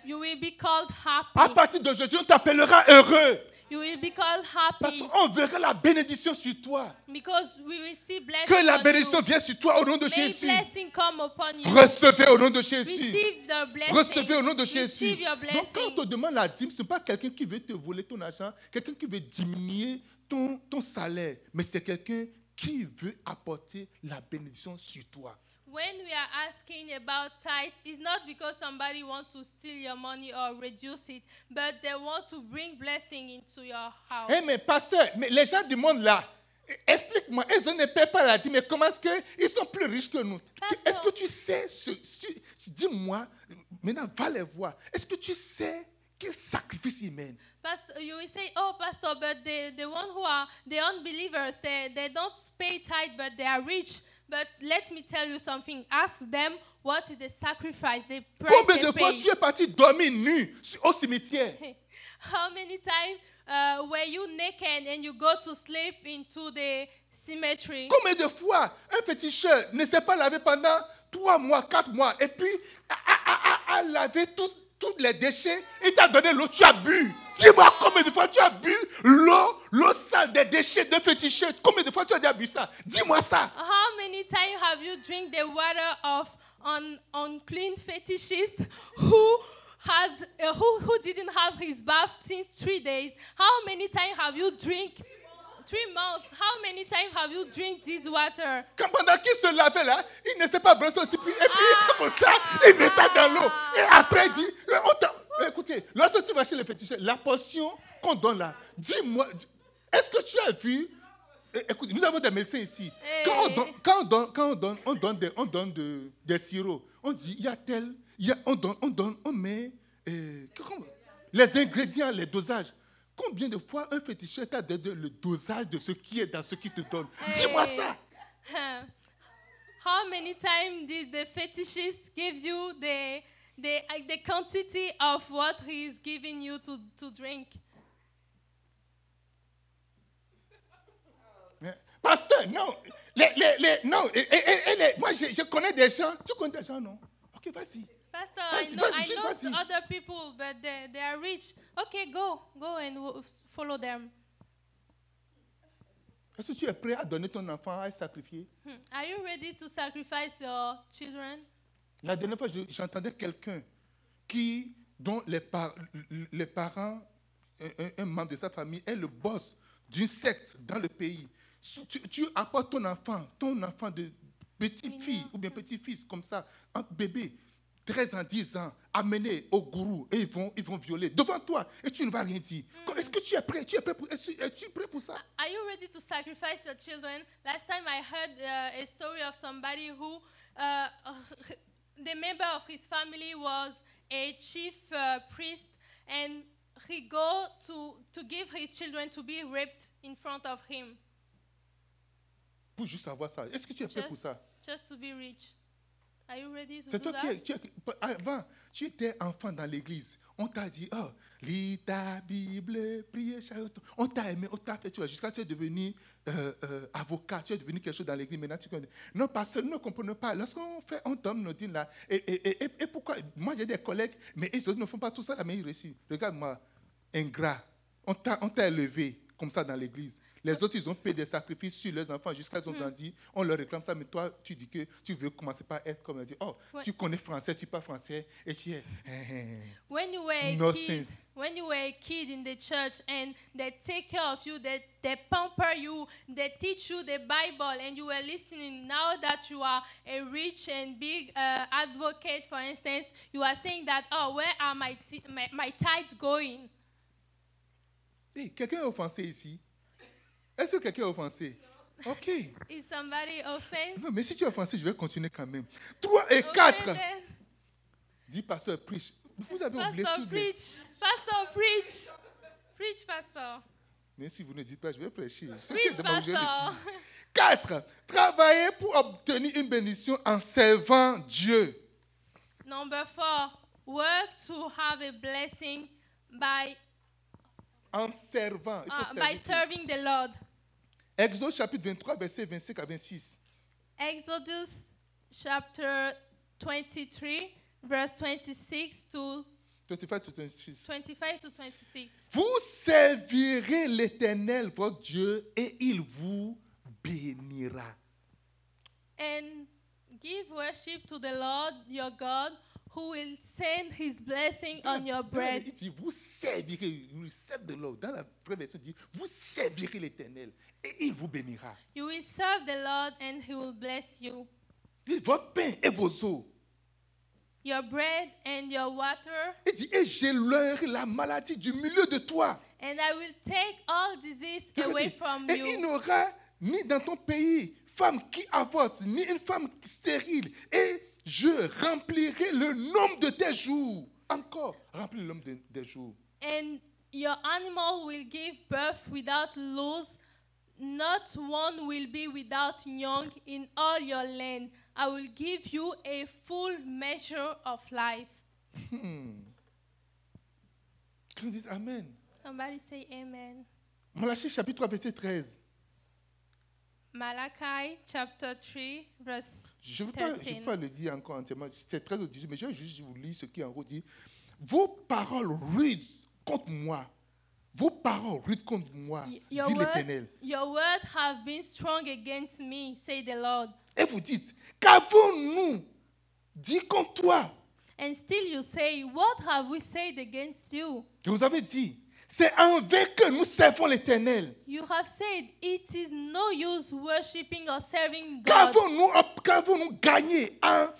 You will be called À happy. partir d'aujourd'hui, on t'appellera heureux. You will be called Parce happy qu'on verra la bénédiction sur toi. because we will see blessing Que la on bénédiction you. vienne sur toi au nom de May Jésus. blessing come upon you. Recevez au nom de Jésus. Receive the blessing. Recevez au nom de Jésus. Receive your Donc quand on blessing. te demande la dîme, ce n'est pas quelqu'un qui veut te voler ton argent, quelqu'un qui veut diminuer ton salaire, mais c'est quelqu'un qui veut apporter la bénédiction sur toi. When we are asking about tithe, it's not because somebody wants to steal your money or reduce it, but they want to bring blessing into your house. Eh mais pasteur, mais les gens du monde là, explique-moi, ils ne paient pas la dîme, mais comment est-ce qu'ils sont plus riches que nous? Pasteur. Est-ce que tu sais, dis-moi, maintenant va les voir, est-ce que tu sais quel sacrifice ils mènent? Pastor, you will say, oh, Pastor, but the one who are the unbelievers, they don't pay tithe, but they are rich. But let me tell you something. Ask them what is the sacrifice, the price Combien they de fois pay. tu es parti dormir nu au cimetière? How many times were you naked and you go to sleep into the cemetery? Combien de fois un féticheur ne s'est pas lavé pendant 3 mois, 4 mois, et puis a lavé tous les déchets, il t'a donné l'eau, tu as bu. Dis-moi combien de fois tu as bu l'eau sale des déchets de féticheurs. Combien de fois tu as déjà bu ça? Dis-moi ça. How many times have you drink the water of unclean fetishist who didn't have his bath since 3 days? How many times have you drink 3 months? How many times have you drink this water? Quand pendant qu'il se lavait là, il ne s'est pas brossé aussi. Et puis comme ça, il met ça dans l'eau. Et après il dit, écoutez, lorsque tu vas chez les féticheurs, la portion qu'on donne là, dis-moi, est-ce que tu as vu? Écoute, nous avons des médecins ici. Quand on donne des sirops, on dit, il y a tel, on met les ingrédients, les dosages. Combien de fois un féticheur t'a donné le dosage de ce qui est dans ce qu'il te donne? Dis-moi ça. How many times did the fetishist give you the quantity of what he is giving you to drink? Pasteur, non. Non. Moi, je connais des gens. Tu connais des gens, non? Ok, vas-y. Pastor, Vas-y, I know vas-y. other people, but they are rich. Okay, go and follow them. Est-ce que tu es prêt à donner ton enfant à sacrifier? Are you ready to sacrifice your children? La dernière fois, j'entendais quelqu'un dont les parents, un membre de sa famille, est le boss d'une secte dans le pays. Tu apportes ton enfant de petite fille ou bien petit-fils comme ça, un bébé, 13 ans, 10 ans, amené au gourou et ils vont violer devant toi et tu ne vas rien dire. Est-ce que tu es prêt? Es-tu prêt pour ça? Are you ready to sacrifice your children? Last time I heard a story of somebody who, the member of his family was a chief priest, and he go to give his children to be raped in front of him. Pour juste savoir ça. Est-ce que tu es prêt pour ça? Just to be rich. Are you ready to C'est do toi that? avant, tu étais enfant dans l'église. On t'a dit, oh, lis ta Bible, priez chaque jour. On t'a aimé, on t'a fait, tu vois, jusqu'à ce que tu es devenu avocat, tu es devenu quelque chose dans l'église. Maintenant, tu connais. Non, parce que nous ne comprenons pas. Lorsqu'on donne nos dîmes là, et pourquoi? Moi, j'ai des collègues, mais ils ne font pas tout ça, mais ils réussissent. Regarde-moi, ingrat. On t'a élevé comme ça dans l'église. Les autres, ils ont payé des sacrifices sur leurs enfants jusqu'à ce qu'ils ont grandi. On leur réclame ça, mais toi, tu dis que tu veux commencer par être comme on dit. Oh, tu connais français, tu parles français, et tu es. When you were a kid in the church and they take care of you, they pamper you, they teach you the Bible, and you were listening. Now that you are a rich and big advocate, for instance, you are saying that, oh, where are my tithes going? Hey, quelqu'un est offensé ici? Est-ce que quelqu'un est offensé? OK. Is somebody offended? Non, mais si tu es offensé, je vais continuer quand même. 3 et 4. Dis, pasteur, preach. Vous avez oublié tout. Pastor, preach. Preach, pastor. Mais si vous ne dites pas, je vais prêcher. Preach, pastor. 4. Travailler pour obtenir une bénédiction en servant Dieu. Number 4. Work to have a blessing by servant. By serving the Lord. Exode chapitre 23, versets 25 à 26. Exodus chapter 23, verse 26 to 25 to 26. 25 to 26. Vous servirez l'Éternel, votre Dieu, et il vous bénira. And give worship to the Lord your God, who will send his blessing on your bread. Il dit, vous servirez, vous servez de l'ordre. Dans la vraie version, il dit, vous servirez l'Éternel, et il vous bénira. You will serve the Lord and he will bless you. Il dit, votre pain et vos eaux. Your bread and your water. Il dit, et j'élèverai la maladie du milieu de toi. And I will take all disease away from Et il you. n'aura ni dans ton pays femme qui avorte, ni une femme stérile. Et je remplirai le nombre de tes jours. Encore, remplis le nombre des jours. And your animal will give birth without loss. Not one will be without young in all your land. I will give you a full measure of life. Quand ils disent Amen. Somebody say amen. Malachie chapitre 3, verset 13. Malachi chapter 3 verse Je ne 13. veux pas le dire encore entièrement, c'est 13 au 18, mais je vais juste vous lire ce qui en haut dit. Vos paroles rudes contre moi, vos paroles rudes contre moi, dit l'Éternel. Your word have been strong against me, say the Lord. Et vous dites, qu'avons-nous dit contre toi? And still you say, what have we said against you? Je vous avais dit, c'est envers que nous servons l'Éternel. You have said it is no use worshiping or serving God. Qu'avons-nous gagné à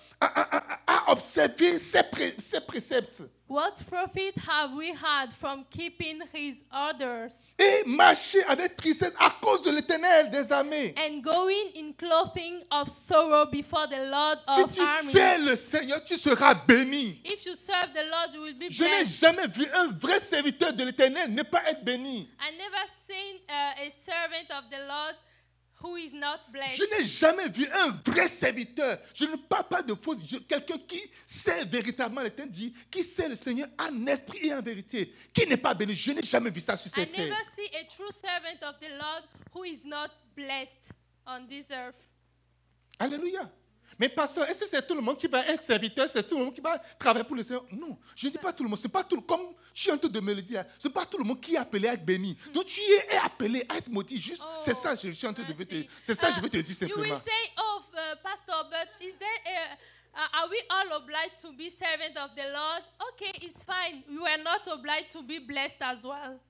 observer ses préceptes What profit have we had from keeping his orders et marcher avec tristesse à cause de l'Éternel des armées? and going in clothing of sorrow before the Lord Si of tu armies? sais le Seigneur, tu seras béni. If you serve the Lord, you will be Je n'ai blessed. jamais vu un vrai serviteur de l'Éternel ne pas être béni. I never seen a servant of the Lord who is not blessed. Je n'ai jamais vu un vrai serviteur. Je ne parle pas de faux. Quelqu'un qui sait véritablement l'Éternel, dit, qui sait le Seigneur en esprit et en vérité, qui n'est pas béni. Je n'ai jamais vu ça sur I cette terre. never see a true servant of the Lord who is not blessed on this earth. Alléluia. Mais pasteur, est-ce que c'est tout le monde qui va être serviteur? C'est tout le monde qui va travailler pour le Seigneur? Non, je ne dis pas tout le monde. C'est pas tout, comme je suis en train de me le dire, ce n'est pas tout le monde qui est appelé à être béni. Donc tu es appelé à être maudit. Juste, c'est ça que je suis en train de te dire. C'est ça que je veux te dire You simplement. will say, oh, Pastor, but is there are we all obliged to be servant of the Lord? Okay, it's fine. We are not obliged to be blessed as well.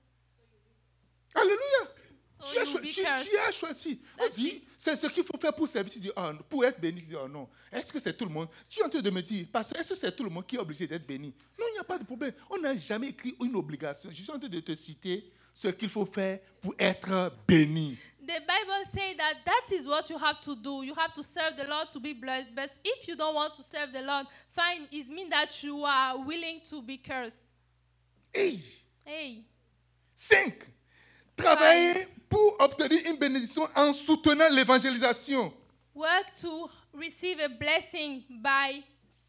Alléluia. So Tu as, you will be tu cursed. as choisi. On dit, c'est ce qu'il faut faire pour servir. Tu dis, oh, pour être béni. Tu dis, oh non. Est-ce que c'est tout le monde? Tu es en train de me dire, parce que est-ce que c'est tout le monde qui est obligé d'être béni? Non, il n'y a pas de problème. On n'a jamais écrit une obligation. Je suis en train de te citer ce qu'il faut faire pour être béni. The Bible says that is what you have to do. You have to serve the Lord to be blessed. But if you don't want to serve the Lord, fine, it means that you are willing to be cursed. Hey. Hey. 5. Travailler pour obtenir une bénédiction en soutenant l'évangélisation. Work to receive a blessing by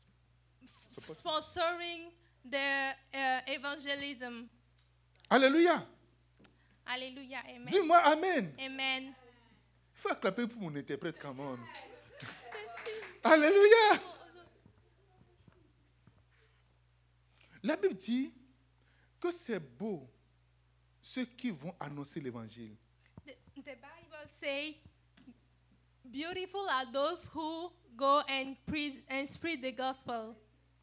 sponsoring the evangelism. Alléluia. Hallelujah. Amen. Dis-moi Amen. Amen. Il faut acclamer pour mon interprète, come on. Alléluia. La Bible dit que c'est beau ceux qui vont annoncer l'évangile. The Bible says, beautiful are those who go and spread the gospel.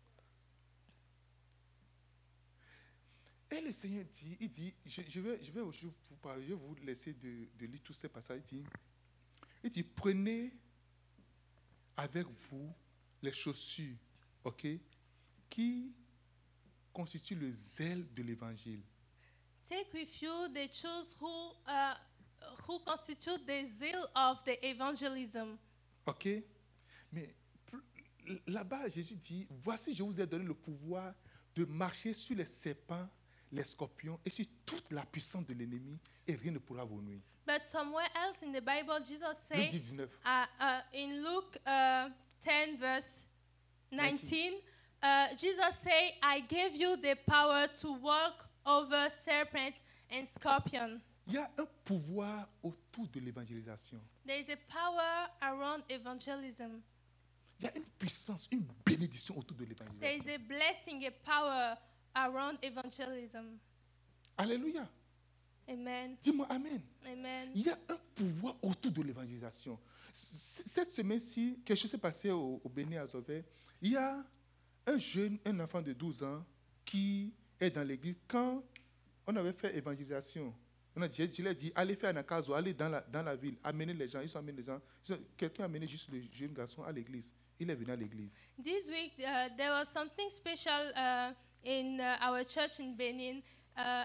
Et le Seigneur dit, il dit, je vais aujourd'hui vous parler, je vais vous laisser de lire tous ces passages. Il dit, prenez avec vous les chaussures, ok, qui constituent le zèle de l'évangile. Take with you the shoes who constitute the zeal of the evangelism. Ok, mais là-bas, Jésus dit, voici, je vous ai donné le pouvoir de marcher sur les serpents, les scorpions et sur toute la puissance de l'ennemi et rien ne pourra vous nuire. But somewhere else in the Bible, Jesus Luc says, 19. in Luke 10 verse 19, Jesus said, I gave you the power to walk over serpent and scorpion. Il y a un pouvoir autour de l'évangélisation. There is a power around evangelism. Il y a une puissance, une bénédiction autour de There l'évangélisation. is a blessing, a power around evangelism. Alléluia. Amen. Dis-moi Amen. Amen. Il y a un pouvoir autour de l'évangélisation. Cette semaine-ci, quelque chose s'est passé au Bénin à Zové. Il y a un enfant de 12 ans qui est dans l'église. Quand on avait fait évangélisation, je lui ai dit, allez faire un caso, allez dans la ville, amenez les gens. Ils sont amenés les gens. Quelqu'un a amené juste le jeune garçon à l'église. Il est venu à l'église. This week, there was something special in our church in Benin. A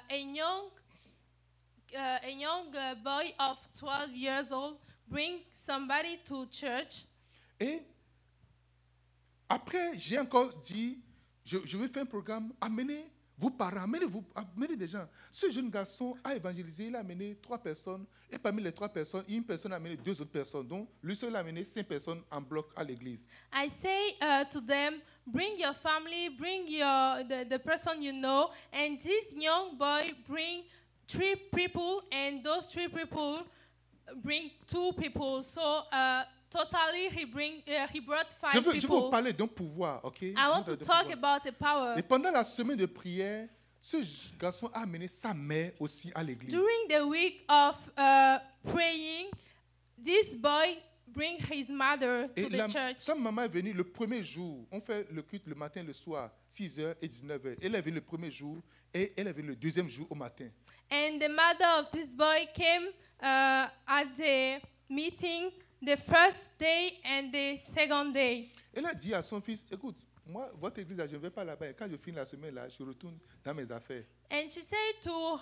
young boy of 12 years old bring somebody to church. Et après, j'ai encore dit, je vais faire un programme, amenez vos parents, amenez des gens. Ce jeune garçon a évangélisé, il a amené 3 personnes, et parmi les 3 personnes, une personne a amené 2 autres personnes. Donc, lui seul a amené 5 personnes en bloc à l'église. I say to them, bring your family, bring the person you know, and this young boy bring 3 people, and those 3 people bring 2 people. So totally he brought 5 Je veux people. vous parler d'un pouvoir, ok? I want to talk about the power. Et pendant la semaine de prière, ce garçon a amené sa mère aussi à l'église. During the week of praying, this boy bring his mother to Et the church. sa maman est venue le premier jour. On fait le culte le matin et le soir, 6h et 19h. Elle est venue le premier jour et elle est venue le deuxième jour au matin. And the mother of this boy came at the meeting the first day and the second day. Elle a dit à son fils, écoute, moi, votre église, je ne vais pas là-bas. Et quand je finis la semaine là, je retourne dans mes affaires. And she said to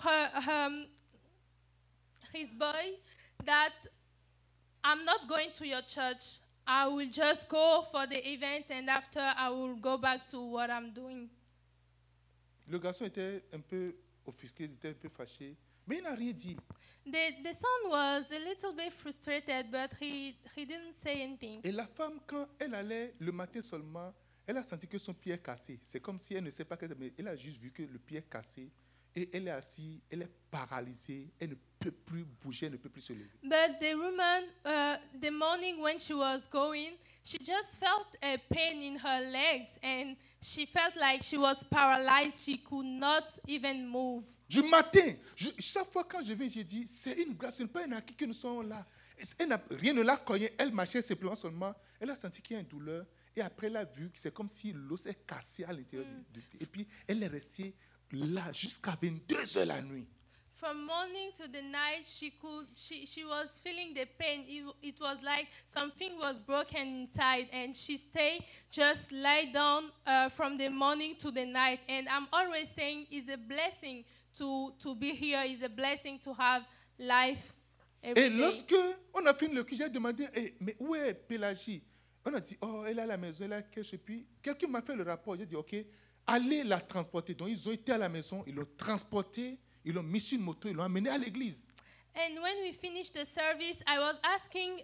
his boy that I'm not going to your church. I will just go for the event and after I will go back to what I'm doing. Le garçon était un peu offusqué, il était un peu fâché, mais il n'a rien dit. The son was a little bit frustrated, but he didn't say anything. Et la femme, quand elle allait le matin seulement, elle a senti que son pied est cassé. C'est comme si elle ne sait pas qu'elle, mais elle a juste vu que le pied est cassé. Et elle est assise, elle est paralysée, elle ne peut plus bouger, elle ne peut plus se lever. But the woman, the morning when she was going, she just felt a pain in her legs and she felt like she was paralyzed. She could not even move. Du matin, chaque fois quand je viens, je dis, c'est une grâce, ce n'est pas un acquis que nous sommes là. Rien ne l'a cogné, elle marchait simplement seulement. Elle a senti qu'il y a une douleur et après elle a vu que c'est comme si l'os est cassé à l'intérieur. Et puis elle est restée là jusqu'à 22h la nuit. From morning to the night, she was feeling the pain. It was like something was broken inside, and she stayed just lie down from the morning to the night. And I'm always saying, it's a blessing to be here. It's a blessing to have life every Et day. lorsque on a fini le culte, j'ai demandé, mais où est Pélagie? On a dit, oh, elle est à la maison, elle a quelque chose. Puis quelqu'un m'a fait le rapport. J'ai dit, ok, allez la transporter. Donc ils ont été à la maison, ils l'ont transportée. Ils l'ont mis sur une moto, ils l'ont amené à l'église. And when we finished the service, I was asking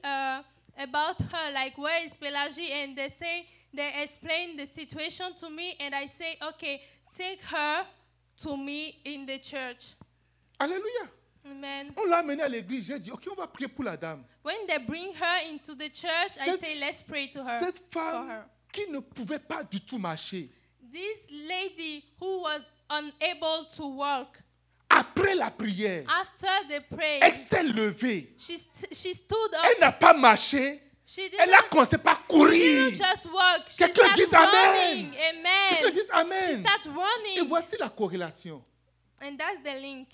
about her, like, where is Pelagie? And they explained the situation to me, and I say, okay, take her to me in the church. Alléluia. Amen. On l'a amenée à l'église. J'ai dit, ok, on va prier pour la dame. When they bring her into the church, I say, let's pray to her. Cette for femme her. qui ne pouvait pas du tout marcher, This lady who was unable to walk, après la prière, after the prayer, elle s'est levée. she stood up. Elle n'a pas marché. She Elle a didn't, commencé par she courir. didn't just walk. She Quelqu'un started dise Amen. running. Amen. Quelqu'un dise She Amen. started Et running. voici la corrélation. And that's the link.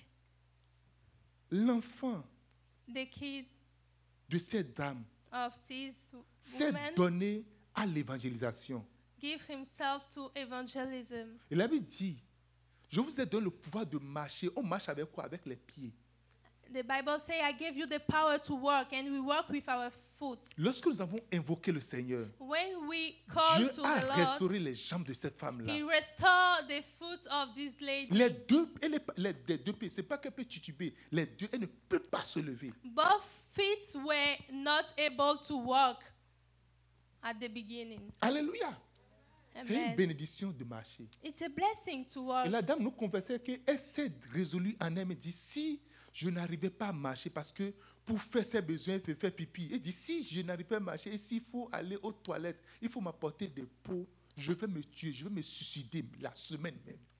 L'enfant The kid de cette dame of this s'est woman donné à l'évangélisation. give himself to evangelism. Et la Bible dit, je vous ai donné le pouvoir de marcher. On marche avec quoi? Avec les pieds. The Bible says, I gave you the power to walk, and we walk with our foot. Lorsque nous avons invoqué le Seigneur, When we call Dieu to a the Lord, restauré les jambes de cette femme-là. He restored the foot of this lady. Les deux pieds, c'est pas qu'elle peut tituber. Les deux, elle ne peut pas se lever. Both feet were not able to walk at the beginning. Alléluia. C'est une Amen. bénédiction de marcher. It's a blessing to Et walk. la dame nous confessait qu'elle s'est résolue en elle. Elle dit, si je n'arrivais pas à marcher, parce que pour faire ses besoins, il faut faire pipi. Elle dit, si je n'arrive pas à marcher, et s'il faut aller aux toilettes, il faut m'apporter des pots, je vais me tuer, je vais me suicider la semaine même.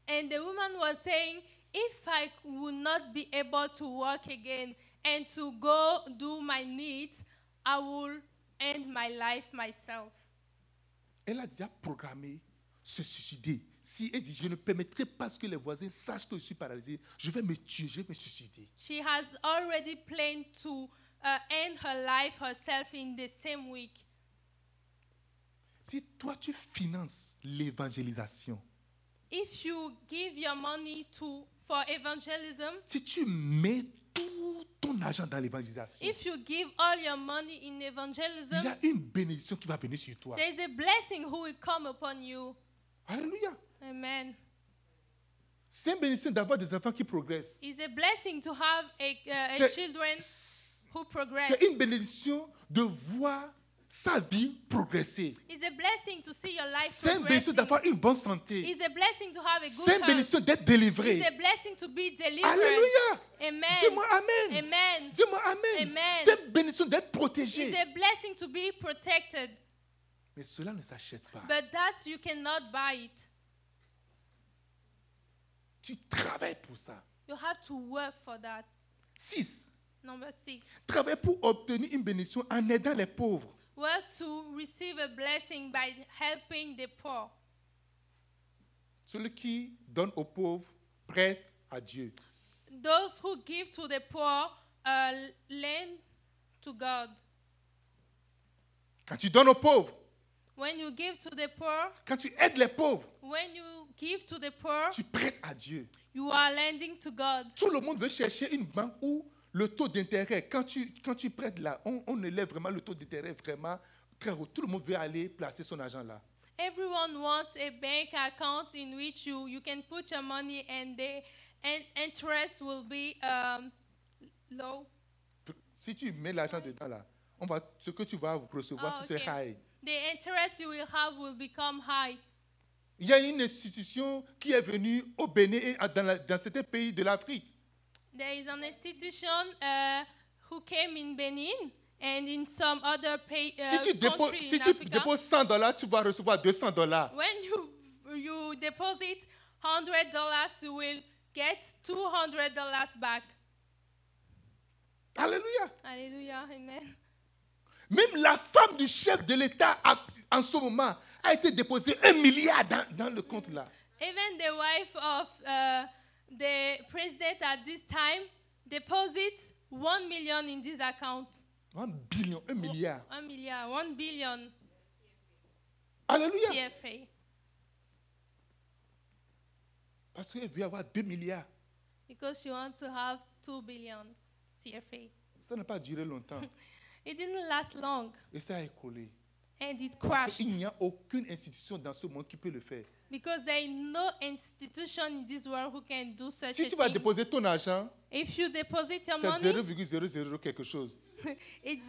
And the woman was saying, if I would not be able to work again and to go do my needs, I will end my life myself. Elle a déjà programmé se suicider. Si elle dit, je ne permettrai pas que les voisins sachent que je suis paralysé, je vais me tuer, je vais me suicider. She has already planned to end her life herself in the same week. Si toi, tu finances l'évangélisation, If you give your money for evangelism, si tu mets tout ton argent dans l'évangélisation, if you give all your money in il y evangelism, a une bénédiction qui va venir sur toi. there's a blessing who will come upon you. Alléluia. Amen. C'est une bénédiction d'avoir des enfants qui progressent. It's a blessing to have C'est- children who progress. C'est une bénédiction de voir sa vie progresser. It's a blessing to see your life C'est une bénédiction progressing. d'avoir une bonne santé. It's a blessing to have a C'est good une health. bénédiction d'être délivré. It's a blessing to be delivered. Alléluia. Amen. Dis-moi Amen. Amen. Dis-moi Amen. Amen. C'est une bénédiction d'être It's protégé. a blessing to be protected. Mais cela ne s'achète pas. But that you cannot buy it. Tu travailles pour ça. You have to work for that. 6. Number 6. Travaille pour obtenir une bénédiction en aidant les pauvres. Work to receive a blessing by helping the poor. Celui qui donne aux pauvres prête à Dieu. Those who give to the poor lend to God. Quand tu donnes aux pauvres, When you give to the poor, quand tu aides les pauvres, when you give to the poor, tu prêtes à Dieu. you are lending to God. Tout le monde veut chercher une banque où le taux d'intérêt, quand tu prêtes là, on élève vraiment le taux d'intérêt vraiment très haut. Tout le monde veut aller placer son argent là. Everyone wants a bank account in which you can put your money and the interest will be low. Si tu mets l'argent dedans là, ce que tu vas recevoir, Oh, c'est okay. high. The interest you will have will become high. Il y a une institution qui est venue au Bénin et dans certains pays de l'Afrique. There is an institution who came in Benin and in some other Si tu country in Africa. déposes $100, tu vas recevoir $200. When you deposit $100, you will get $200 back. Alléluia. Hallelujah, amen. Même la femme du chef de l'État, en ce moment, a été déposée 1 milliard dans le compte là. Even the wife of the president at this time deposits 1 million in this account. 1 billion, 1 milliard. 1 million, 1 billion Alléluia. CFA. Parce qu'elle veut avoir 2 milliards. Because she wants to have 2 billion CFA. Ça n'a pas duré longtemps. It didn't last long Et ça a écoulé. and it Parce crashed. qu'il n'y a aucune institution dans ce monde qui peut le faire. Because there is no institution in this world who can do such Si a tu vas thing. déposer ton argent, If you deposit your c'est money, 0,00 quelque chose. it's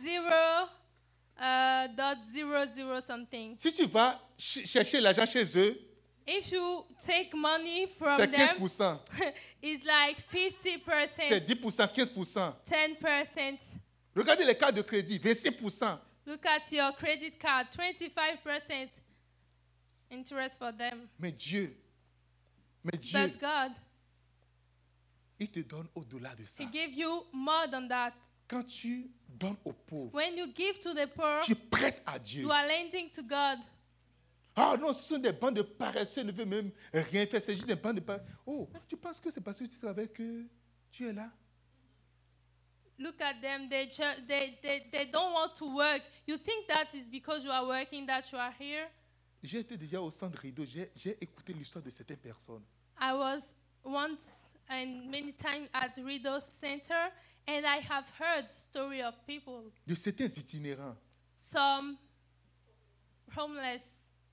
0.00 something. Si tu vas chercher l'argent chez eux, If you take money from c'est them, 15%. it's like C'est 50%, 10%, 15%. 10%. Regardez les cartes de crédit, 26%. Look at your credit card, 25% interest for them. Mais Dieu, But God, il te donne au-delà de ça. He gave you more than that. Quand tu donnes aux pauvres, When you give to the poor, tu prêtes à Dieu. you are lending to God. Ah non, ce sont des bandes de paresseux, ne veulent même rien faire. C'est juste des bandes de paresseux. Oh, tu penses que c'est parce que tu travailles que tu es là? Look at them. They don't want to work. You think that is because you are working that you are here? J'ai été déjà au centre rideau, j'ai écouté l'histoire de certaines personnes. I was once and many times at Rideau Center, and I have heard story of people, De certains itinérants. some homeless.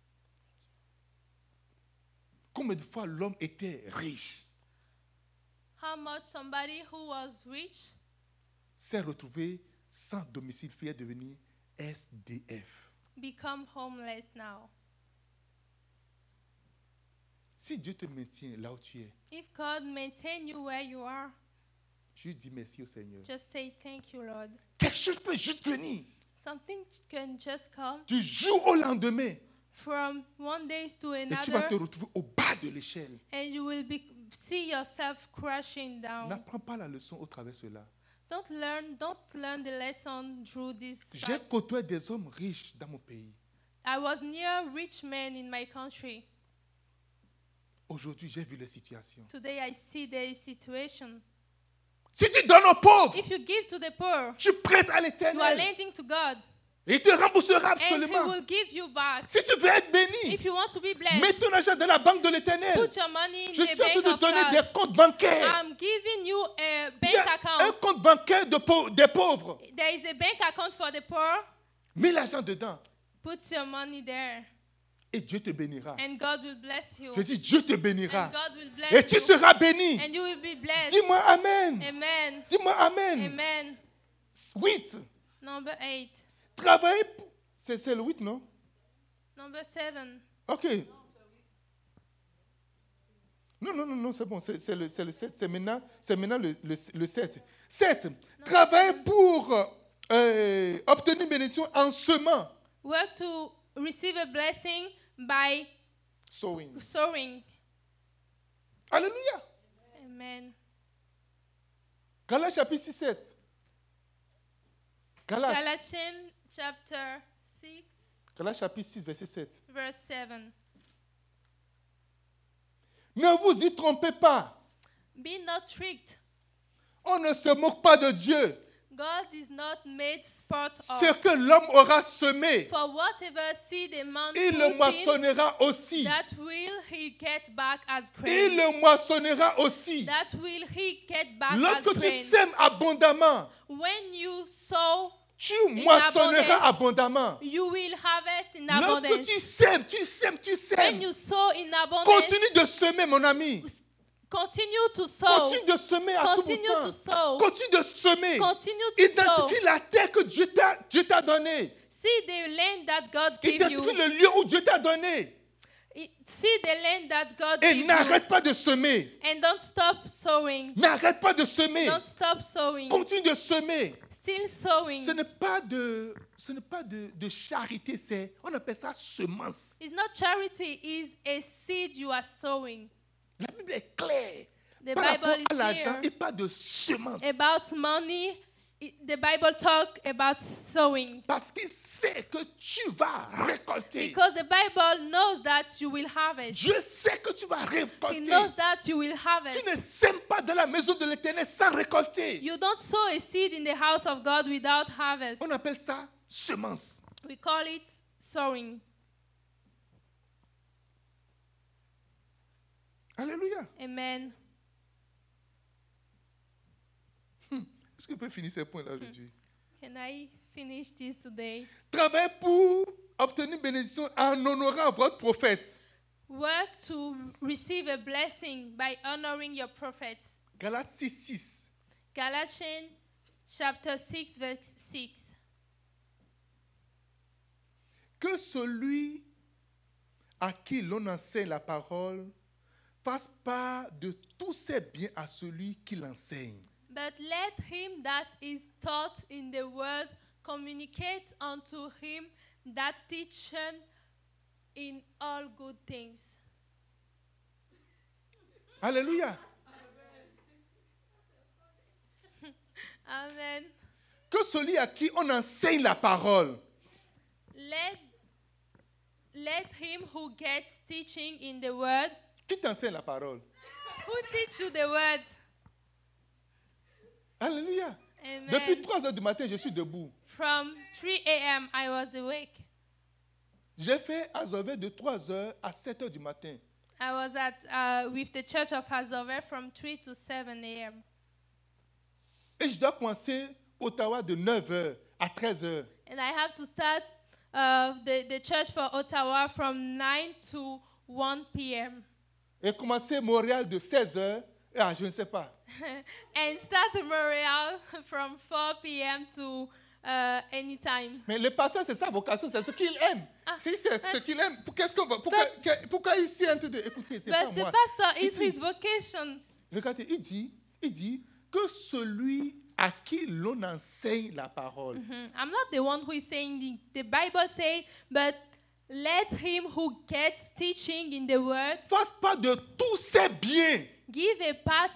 Combien de fois l'homme était riche, How much somebody who was rich s'est retrouvé sans domicile fixe, est devenu SDF. become homeless now. Si Dieu te maintient là où tu es, If God maintain you where you are, juste dis merci au Seigneur. just say thank you, Lord. Quelque chose peut juste venir. Something can just come Du jour au lendemain, from one day to Et tu vas te another, retrouver au bas de l'échelle. and you will see yourself crashing down. N'apprends pas la leçon au travers de cela. Don't learn the lesson through this. J'ai fact. côtoyé des hommes riches dans mon pays. I was near rich men in my country. Aujourd'hui, j'ai vu les situations. Today I see the situation. Si tu donnes aux pauvres, If you give to the poor, tu prêtes à you are l'Éternel. lending to God, Et il te remboursera and He absolument. will give you back. Si tu veux être béni, If you want to be blessed, mets ton argent dans la banque de l'Éternel. put your money in Je the suis en train bank de of donner God. des comptes bancaires. I'm giving you a Il y bank a un account. compte bancaire des pauvres. There is a bank account for the poor. Mets l'argent dedans Put your money there, et Dieu te bénira. and God will bless you. Je dis, Dieu te bénira. And God will Et bless tu you. seras béni. And you will be blessed. Dis-moi Amen. Amen. Dis-moi Amen. Amen. 8. Number 8. Travailler. C'est le 8, non? Number 7. Ok. Non, c'est bon. C'est le 7. C'est maintenant le 7. 7. Travailler pour obtenir une bénédiction en semant. Work to receive a blessing by Sowing. sowing. Alléluia. Amen. Galates chapitre 6, 7. Galates. Galatians chapter 6, Galates chapitre 6, verset 7. verse 7. Ne vous y trompez pas. Be not tricked. On ne se moque pas de Dieu. God is not made sport Ce of. que l'homme aura semé, For whatever seed a man il le puts in, moissonnera aussi. that will he get back as Il grain. le moissonnera aussi. That will he get back as Lorsque tu grain. sèmes abondamment, When you sow, tu moissonneras abondamment. you will harvest in Lorsque abundance. tu sèmes, When you sow in abundance, continue de semer, mon ami. continue to sow. Continue de semer à tout Continue temps. to sow. Continue de semer. Continue to sow. Identifie la terre que Dieu t'a donnée. See the land that God gave you. Identifie le lieu où Dieu t'a donné. See the land that God Et gave you. n'arrête pas de semer. And don't stop sowing. N'arrête pas de semer. Don't stop sowing. Continue de semer. Still sowing. Ce n'est pas de charité, on appelle ça semence. It's not charity, it's a seed you are sowing. La Bible est claire. The Par Bible rapport is à l'argent clear et pas de semence. about money. The Bible talk about sowing. Parce qu'il sait que tu vas récolter. Because the Bible knows that you will harvest. Dieu sait que tu vas He récolter. knows that you will harvest. Tu ne sèmes pas dans la maison de l'Éternel sans récolter. You don't sow a seed in the house of God without harvest. On appelle ça semence. We call it sowing. Alléluia. Amen. Est-ce que je peux finir ces points-là aujourd'hui? Can I finish this today? Travaillez pour obtenir une bénédiction en honorant votre prophète. Work to receive a blessing by honoring your prophets. Galates 6, 6. Galatians chapter 6, verse 6. Que celui à qui l'on enseigne la parole fasse part de tous ses biens à celui qui l'enseigne. But let him that is taught in the word communicate unto him that teacheth in all good things. Alléluia. Amen. Que celui à qui on enseigne la parole. Let him who gets teaching in the word. Qui t'enseigne la parole? Who teach you the word? Alléluia. Amen. Depuis 3 heures du matin, je suis debout. From 3 a.m. I was awake. J'ai fait Azover de 3 heures à 7 heures du matin. I was with the Church of Hazover from 3 to 7 a.m. Et je dois commencer Ottawa de 9 heures à 13 heures. And I have to start the church for Ottawa from 9 to 1 p.m. Et commencer Montréal de 16 heures à je ne sais pas. And start Memorial from 4 p.m. to any time. Mais le pasteur, c'est sa vocation, c'est ce qu'il aime. Ah. Si c'est ce qu'il aime, pourquoi ici en train de écouter, c'est pas But the moi. pastor is Ici. his vocation. Regardez, il dit que celui à qui l'on enseigne la parole. I'm not the one who is saying the Bible says, but let him who gets teaching in the word fasse part de tous ses biens. give a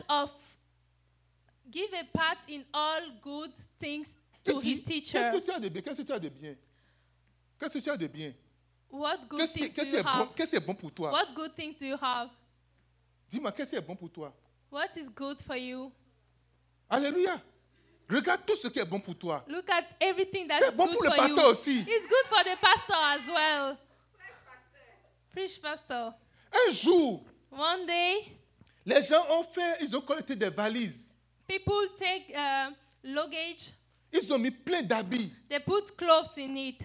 part in all good things to his teacher. Qu'est-ce que tu as de bien? Qu'est-ce que tu as de bien? Qu'est-ce que tu as de bien? What good Qu'est-ce things qui do you have? est bon pour toi? What good things do you have? Dis-moi, qu'est-ce qui est bon pour toi? What is good for you? Alléluia. Regarde tout ce qui est bon pour toi. Look at everything that's C'est bon good pour le for pasteur you. aussi. It's good for the pastor as well. Preach, pastor. Un jour, One day, les gens ils ont collecté des valises. people take luggage. Ils ont mis plein d'habits. They put clothes in it.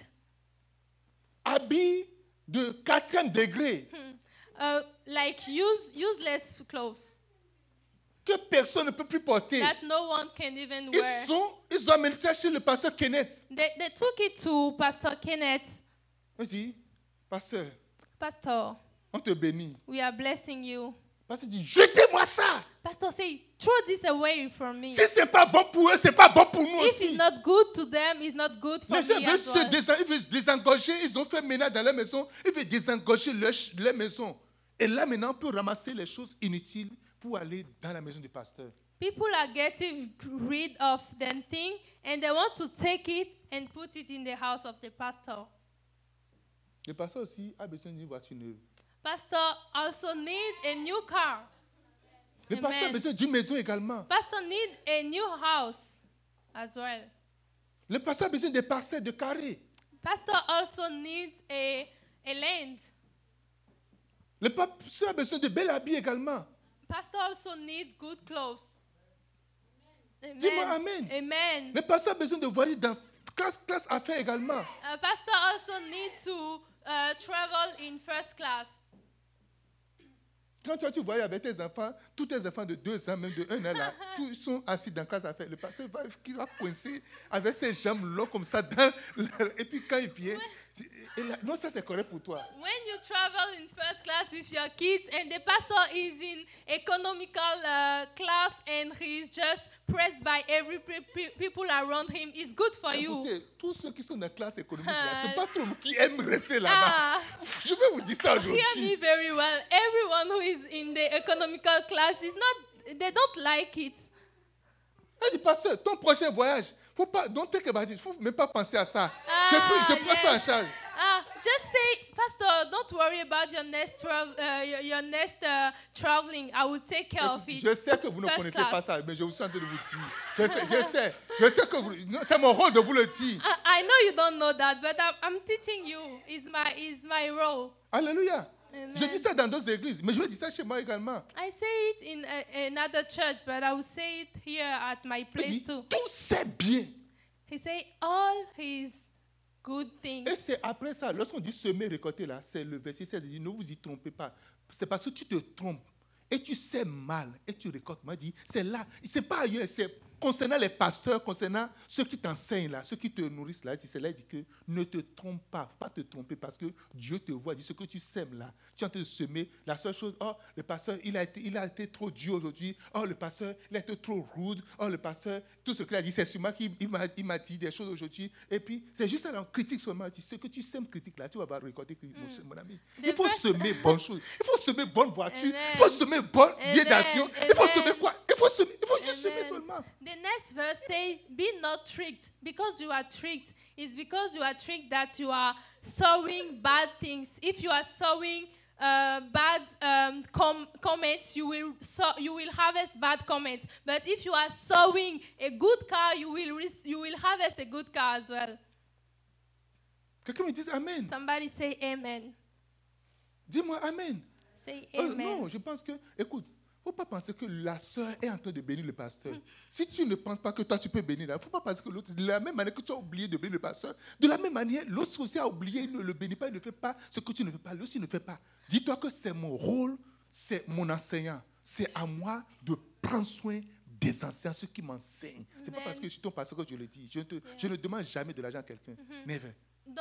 Habits de 4e degré Like useless clothes que personne ne peut plus porter. that no one can even wear. Ils ont amené ça chez le pasteur Kenneth. They took it to Pastor Kenneth. Vas-y, pasteur, Pastor, on te bénit. we are blessing you. Pasteur dit, jetez-moi ça. Pastor say, throw this away from me. Si c'est pas bon pour eux, c'est pas bon pour nous If aussi. it's not good to them, it's not good for Les gens me veulent as well. ils veulent se désengorger. Ils ont fait ménage dans leur maison. Ils veulent désengorger leur maison. Et là, maintenant, on peut ramasser les choses inutiles pour aller dans la maison du pasteur. People are getting rid of them thing and they want to take it and put it in the house of the pastor. Le pasteur aussi a besoin d'une voiture neuve. Pastor also need a new car. Le pasteur a Amen. besoin d'une maison également. Pastor need a new house as well. Le pasteur a besoin de parcelles, de carrés. Pastor also needs a land. Le pasteur a besoin de belles habits également. Pastor also needs good clothes. Amen. Dis-moi amen. Amen. Le pasteur a besoin de voyager dans classe affaires également. Pastor also needs to travel in first class. Quand tu voyages avec tes enfants, tous tes enfants de 2 ans, même de 1 an, là, tous sont assis dans classe affaires. Le pasteur qui va coincer avec ses jambes longues comme ça. Et puis quand il vient, non, ça c'est correct pour toi. When you travel in first class with your kids and the pastor is in economical class and he's just pressed by every people around him, it's good for you. Écoutez, tous ceux qui sont dans la classe économique, là, c'est pas tout le monde qui aime rester là-bas. Je vais vous dire ça Hear me aujourd'hui. very well. Everyone who is in the economical class is not, they don't like it. Je dis, pasteur, ton prochain voyage, faut pas, don't take about it, faut même pas penser à ça. Je prends ça en charge. Just say, Pastor, don't worry about your next traveling. I will take care of it. Je sais que vous ne First connaissez class. pas ça, mais je vous suis en train de vous dire. Je sais que c'est mon rôle de vous le dire. I know you don't know that, but I'm teaching you. It's my role. Alléluia. Amen. Je dis ça dans d'autres églises, mais je vais dire ça chez moi également. I say it in another church, but I will say it here at my Il dit, place too. tout c'est bien. He say all his good things. Et c'est après ça, lorsqu'on dit semer, récolter, là, c'est le verset 7, il dit, ne vous y trompez pas. C'est parce que tu te trompes et tu sèmes mal et tu récoltes. Moi, je dis, c'est là, c'est pas ailleurs, c'est concernant les pasteurs, concernant ceux qui t'enseignent là, ceux qui te nourrissent là, c'est là, il dit que ne te trompe pas, il ne faut pas te tromper parce que Dieu te voit, il dit ce que tu sèmes là, tu es en train de semer, la seule chose, oh, le pasteur, il a été trop dur aujourd'hui, oh, le pasteur, il a été trop rude, oh, le pasteur, tout ce qu'il a dit, c'est sûrement qu'il m'a dit des choses aujourd'hui, et puis c'est juste un critique seulement, il dit, ce que tu sèmes critique là, tu vas récolter critique, mon ami. Il faut semer bonnes choses, il faut semer bonne voiture, il faut semer bon billet d'avion, il faut semer quoi? Il faut juste semer seulement. The next verse says, be not tricked. Because you are tricked, it's because you are tricked that you are sowing bad things. If you are sowing bad comments, you will harvest bad comments. But if you are sowing a good car, you will harvest a good car as well. Quelqu'un me dit Amen. Somebody say amen. Dis-moi Amen. Say amen. Non, je pense que, écoute, il ne faut pas penser que la sœur est en train de bénir le pasteur. Si tu ne penses pas que toi, tu peux bénir, il ne faut pas penser que l'autre, de la même manière que tu as oublié de bénir le pasteur, de la même manière, l'autre aussi a oublié, il ne le bénit pas, il ne fait pas ce que tu ne fais pas, lui aussi ne fait pas. Dis-toi que c'est mon rôle, c'est mon enseignant. C'est à moi de prendre soin des enseignants, ceux qui m'enseignent. Ce n'est pas parce que je suis ton pasteur que je le dis. Je ne demande jamais de l'argent à quelqu'un. Never.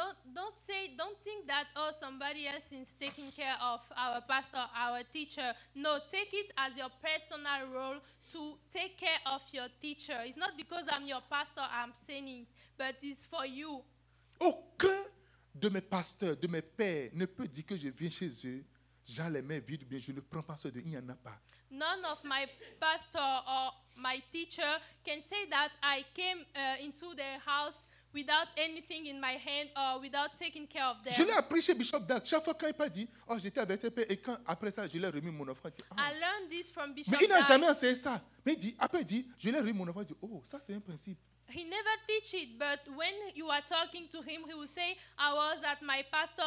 Don't think that somebody else is taking care of our pastor, our teacher. No, take it as your personal role to take care of your teacher. It's not because I'm your pastor I'm saying it, but it's for you. Aucun de mes pasteurs, de mes pères ne peut dire que je viens chez eux, j'ai les mains vides, bien je ne prends pas soin d'eux. Il n'y en a pas. None of my pastor or my teacher can say that I came into their house without anything in my hand or without taking care of them. Je l'ai appris chez Bishop Dag. Chaque fois quand il m'a dit, oh, j'étais avec tes pères, et quand après ça, je lui ai remis mon offrande. Il dit, ah. I learned this from Bishop Mais il n'a Dag. jamais enseigné ça. Mais il dit, après il dit, je lui ai remis mon offrande. Il dit, oh, ça c'est un principe. He never teach it, but when you are talking to him, he will say, I was at my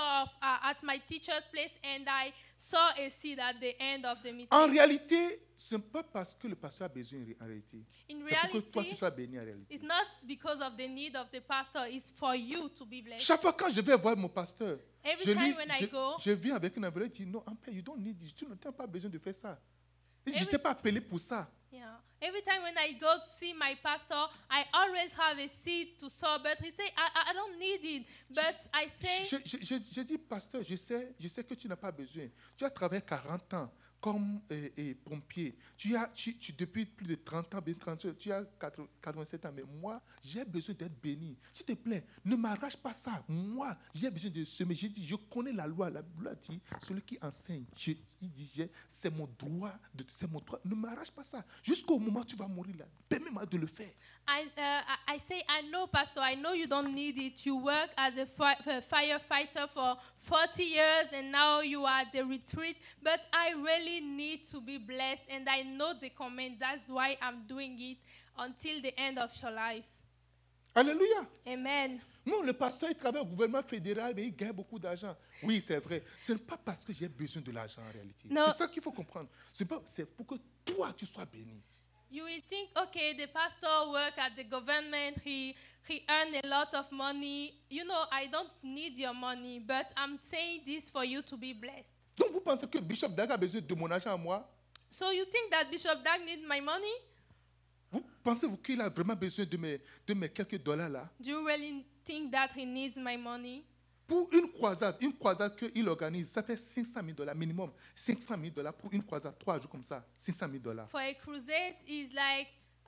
at my teacher's place and I saw a seed at the end of the meeting. En réalité, ce n'est pas parce que le pasteur a besoin en réalité. In C'est pour que toi tu reality, sois béni en réalité. it's not because of the need of the pastor, it's for you to be blessed. Chaque fois quand je vais voir mon pasteur, Every time when I go, je viens avec une enveloppe, je dis, non, you don't need it. Tu n'as pas besoin de faire ça. Il dit, je Every- t'ai pas appelé pour ça. yeah. Every time when I go to see my pastor, I always have a seed to sow, but he say, I don't need it. But I say, Je dis, pasteur, je sais que tu n'as pas besoin. Tu as travaillé 40 ans comme pompier. Depuis plus de 30 ans, bien 30 ans, tu as 87 ans. Mais moi, j'ai besoin d'être béni. S'il te plaît, ne m'arrache pas ça. Moi, j'ai besoin de semer. J'ai dit, je connais la loi. La loi dit, celui qui enseigne, il dit, c'est mon droit. C'est mon droit. Ne m'arrache pas ça. Jusqu'au moment où tu vas mourir là. Permets-moi de le faire. I say, I know, Pastor, I know you don't need it. You work as a firefighter for 40 years and now you are at the retreat. But I really need to be blessed and I know the command. That's why I'm doing it until the end of your life. Alléluia. Amen. Non, le pasteur, il travaille au gouvernement fédéral, mais il gagne beaucoup d'argent. Oui, c'est vrai. Ce n'est pas parce que j'ai besoin de l'argent en réalité. Non. C'est ça qu'il faut comprendre. C'est pour que toi, tu sois béni. You will think, okay, the pastor work at the government, he earned a lot of money. You know, I don't need your money, but I'm saying this for you to be blessed. Donc, vous pensez que Bishop Dag a besoin de mon argent à moi? So you think that Bishop Dag need my money? Vous pensez-vous qu'il a vraiment besoin de mes quelques dollars là? Do you really think that he needs my money? Pour une croisade qu'il organise, ça fait $500,000 minimum. $500,000 pour une croisade, 3 jours comme ça. $500,000. For a crusade is like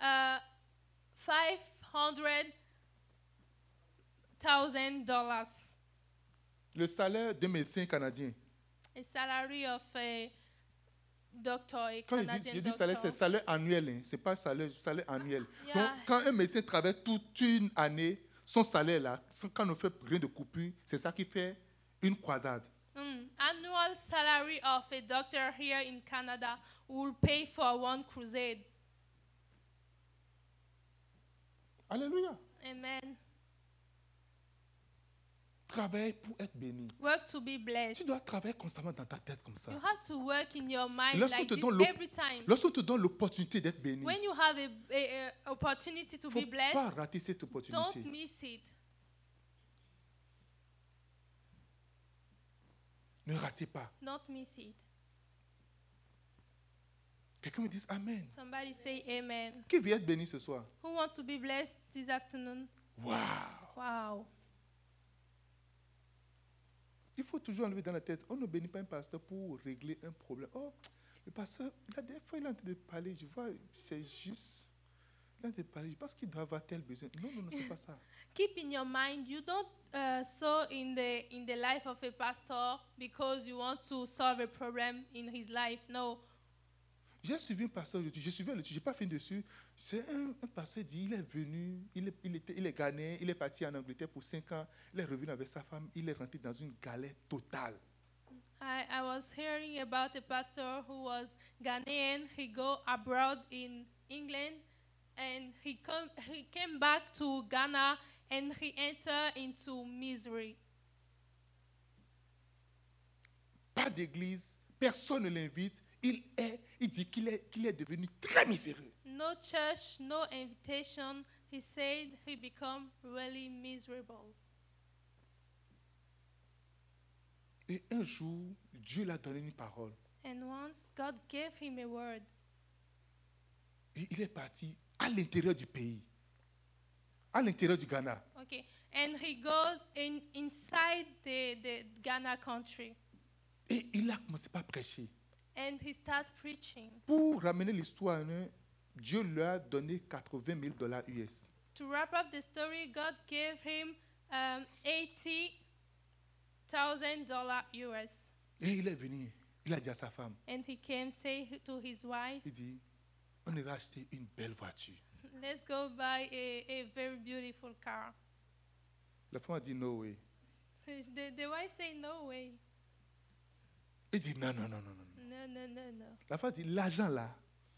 $500,000. Le salaire d'un médecin canadien. A salary of a doctor, a Quand Canadian je dis salaire, c'est doctor. salaire annuel. Hein. Ce n'est pas salaire annuel. Yeah. Donc, quand un médecin travaille toute une année, son salaire là, quand on ne fait rien de coupure, c'est ça qui fait une croisade. Annual salary of a doctor here in Canada will pay for one crusade. Alléluia. Amen. Travaille pour être béni. Work to be blessed. Tu dois travailler constamment dans ta tête comme ça. You have to work in your mind Lorsqu'on like te this donne every time. Lorsqu'on te donne l'opportunité d'être béni, When you have a opportunity to il ne be faut blessed, pas rater cette don't opportunité. miss it. Ne ratez pas. Don't miss it. Quelqu'un me dit Amen. Somebody say amen. Qui veut être béni ce soir? Who wants to be blessed this afternoon? Waouh! Wow. Il faut toujours enlever dans la tête. On ne bénit pas un pasteur pour régler un problème. Oh, le pasteur, là, des fois, il est en train de parler. Je vois, c'est juste. Il est en train de parler. Je pense qu'il doit avoir tel besoin. Non, non, non, c'est pas ça. Keep in your mind, you don't sow in the life of a pastor because you want to solve a problem in his life. No. J'ai suivi un pasteur aujourd'hui. Je n'ai pas fini dessus. C'est un pasteur dit, il est venu, il est ghanéen, il est parti en Angleterre pour 5 ans. Il est revenu avec sa femme. Il est rentré dans une galère totale. I was hearing about a pastor who was Ghanaian. He go abroad in England, and he came back to Ghana, and he entered into misery. Pas d'église, personne ne l'invite. Il dit qu'il est devenu très miséreux. No church, no invitation. He said he become really miserable. Et un jour, Dieu l'a donné une parole. And once God gave him a word. Et il est parti à l'intérieur du pays, à l'intérieur du Ghana. Okay, and he goes inside the Ghana country, Et il a commencé par prêcher. and he starts preaching. Pour ramener l'histoire, hein, Dieu lui a donné $80,000 US. To wrap up the story, God gave him $80,000 $1,000 US. Et il est venu, il a dit à sa femme, And he came, say to his wife, il dit, on ira acheter une belle voiture. let's go buy a very beautiful car. La femme a dit, no way. The wife say, no way. Il dit, non, non, non, non, non. No. La femme dit, l'argent là,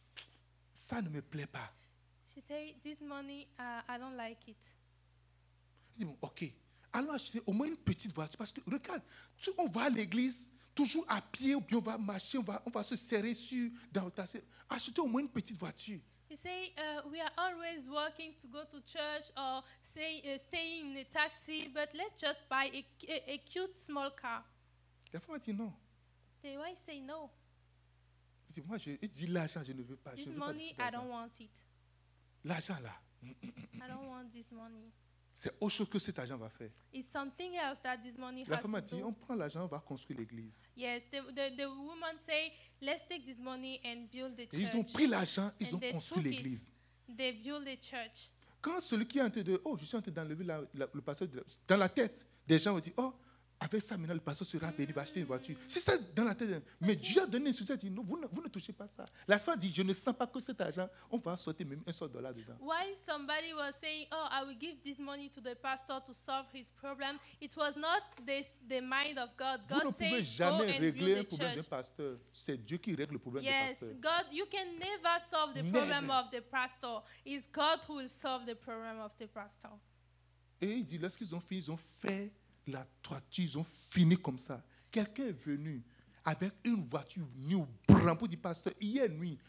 ça ne me plaît pas. She say, this money, I don't like it. Il dit, bon, ok, allons acheter au moins une petite voiture. Parce que, regarde, on va à l'église, toujours à pied, ou bien on va marcher, on va se serrer dans le tassé. Achetez au moins une petite voiture. He say, we are always working to go to church or staying in a taxi, but let's just buy a cute small car. La femme a dit non. The wife say, no, Il dit, moi, il dit l'argent, je ne veux pas. Je this ne veux pas de money, cet I argent. don't want it. L'argent là, I don't want this money. c'est autre chose que cet argent va faire. It's something else that this money La has femme a to dit, on do. prend l'argent, on va construire l'église. Yes, the woman say, let's take this money and build the Et ils ont church. pris l'argent, ils And ont they construit took it. l'église. They build the church. Quand celui qui est en train de, je suis en train d'enlever le pasteur, dans la tête des gens, on dit, avec ça maintenant le pasteur sera béni, va acheter une voiture. C'est ça dans la tête. Mais Dieu a donné une instruction, il dit, non, vous ne touchez pas ça. La femme dit, je ne sens pas que cet argent, on va sortir même $1 dedans. While somebody was saying, I will give this money to the pastor to solve his problem, it was not the mind of God. Vous ne God pouvez said, go jamais and régler un build the problème d'un church. pasteur. C'est Dieu qui règle le problème du Yes, pasteur. God, you can never solve the Never. problem of the pastor. It's God who will solve the problem of the pastor. Et il dit, lorsqu'ils ont fini, ils ont fait la toiture, ils ont fini comme ça. Quelqu'un est venu avec une voiture new brand pour dire, pasteur, hier nuit,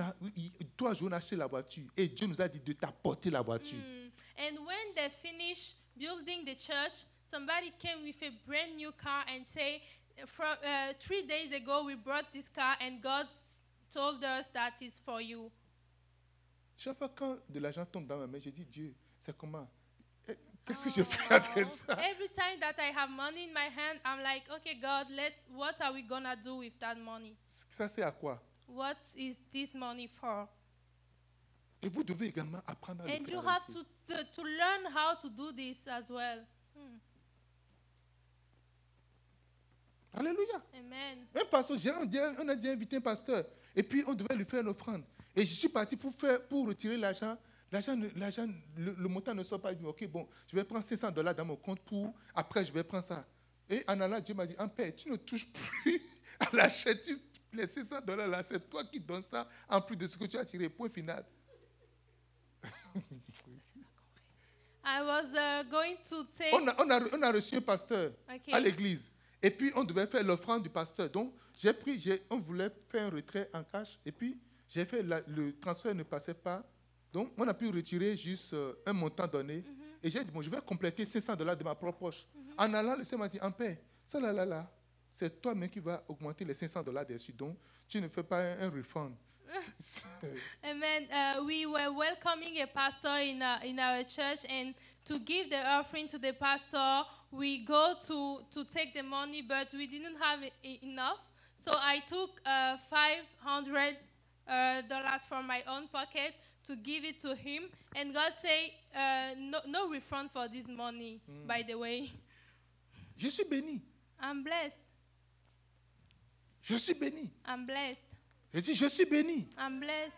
3 jours, on a acheté la voiture. Et Dieu nous a dit de t'apporter la voiture. And when they finished building the church, somebody came with a brand new car and say, from 3 days ago we brought this car and God told us that it's for you. Chaque fois quand de l'argent tombe dans ma main, je dis, Dieu, c'est comment? Qu'est-ce que je fais avec ça? Every time that I have money in my hand, I'm like, okay, God, what are we gonna do with that money? Ça, c'est à quoi? What is this money for? Et vous devez également apprendre à le And faire. you en have entier. to learn how to do this as well. Alléluia. Amen. Un pasteur, on a déjà invité un pasteur. Et puis, on devait lui faire une offrande. Et je suis parti pour retirer l'argent. Le montant ne sort pas. Je dis, ok, bon, je vais prendre $500 dans mon compte après, je vais prendre ça. Et en allant, Dieu m'a dit, Père, tu ne touches plus à l'achat. Les $500 là, c'est toi qui donnes ça en plus de ce que tu as tiré. Point final. I was going to take. On a reçu un pasteur Okay. à l'église. Et puis, on devait faire l'offrande du pasteur. Donc, on voulait faire un retrait en cash. Et puis, j'ai fait le transfert ne passait pas. Donc, on a pu retirer juste un montant donné. Et j'ai dit, bon, je vais compléter $500 de ma propre poche. En allant, le Seigneur m'a dit, Père, ça là, c'est toi-même qui vas augmenter les $500 dessus. Donc, tu ne fais pas un refund. Amen. We were welcoming a pastor in our church, and to give the offering to the pastor, we go to take the money, but we didn't have enough. So I took $500 from my own pocket to give it to him, and God say, no refund for this money. By the way, Je suis béni. I'm blessed. Je suis béni. I'm blessed. Je dis, je suis béni. I'm blessed.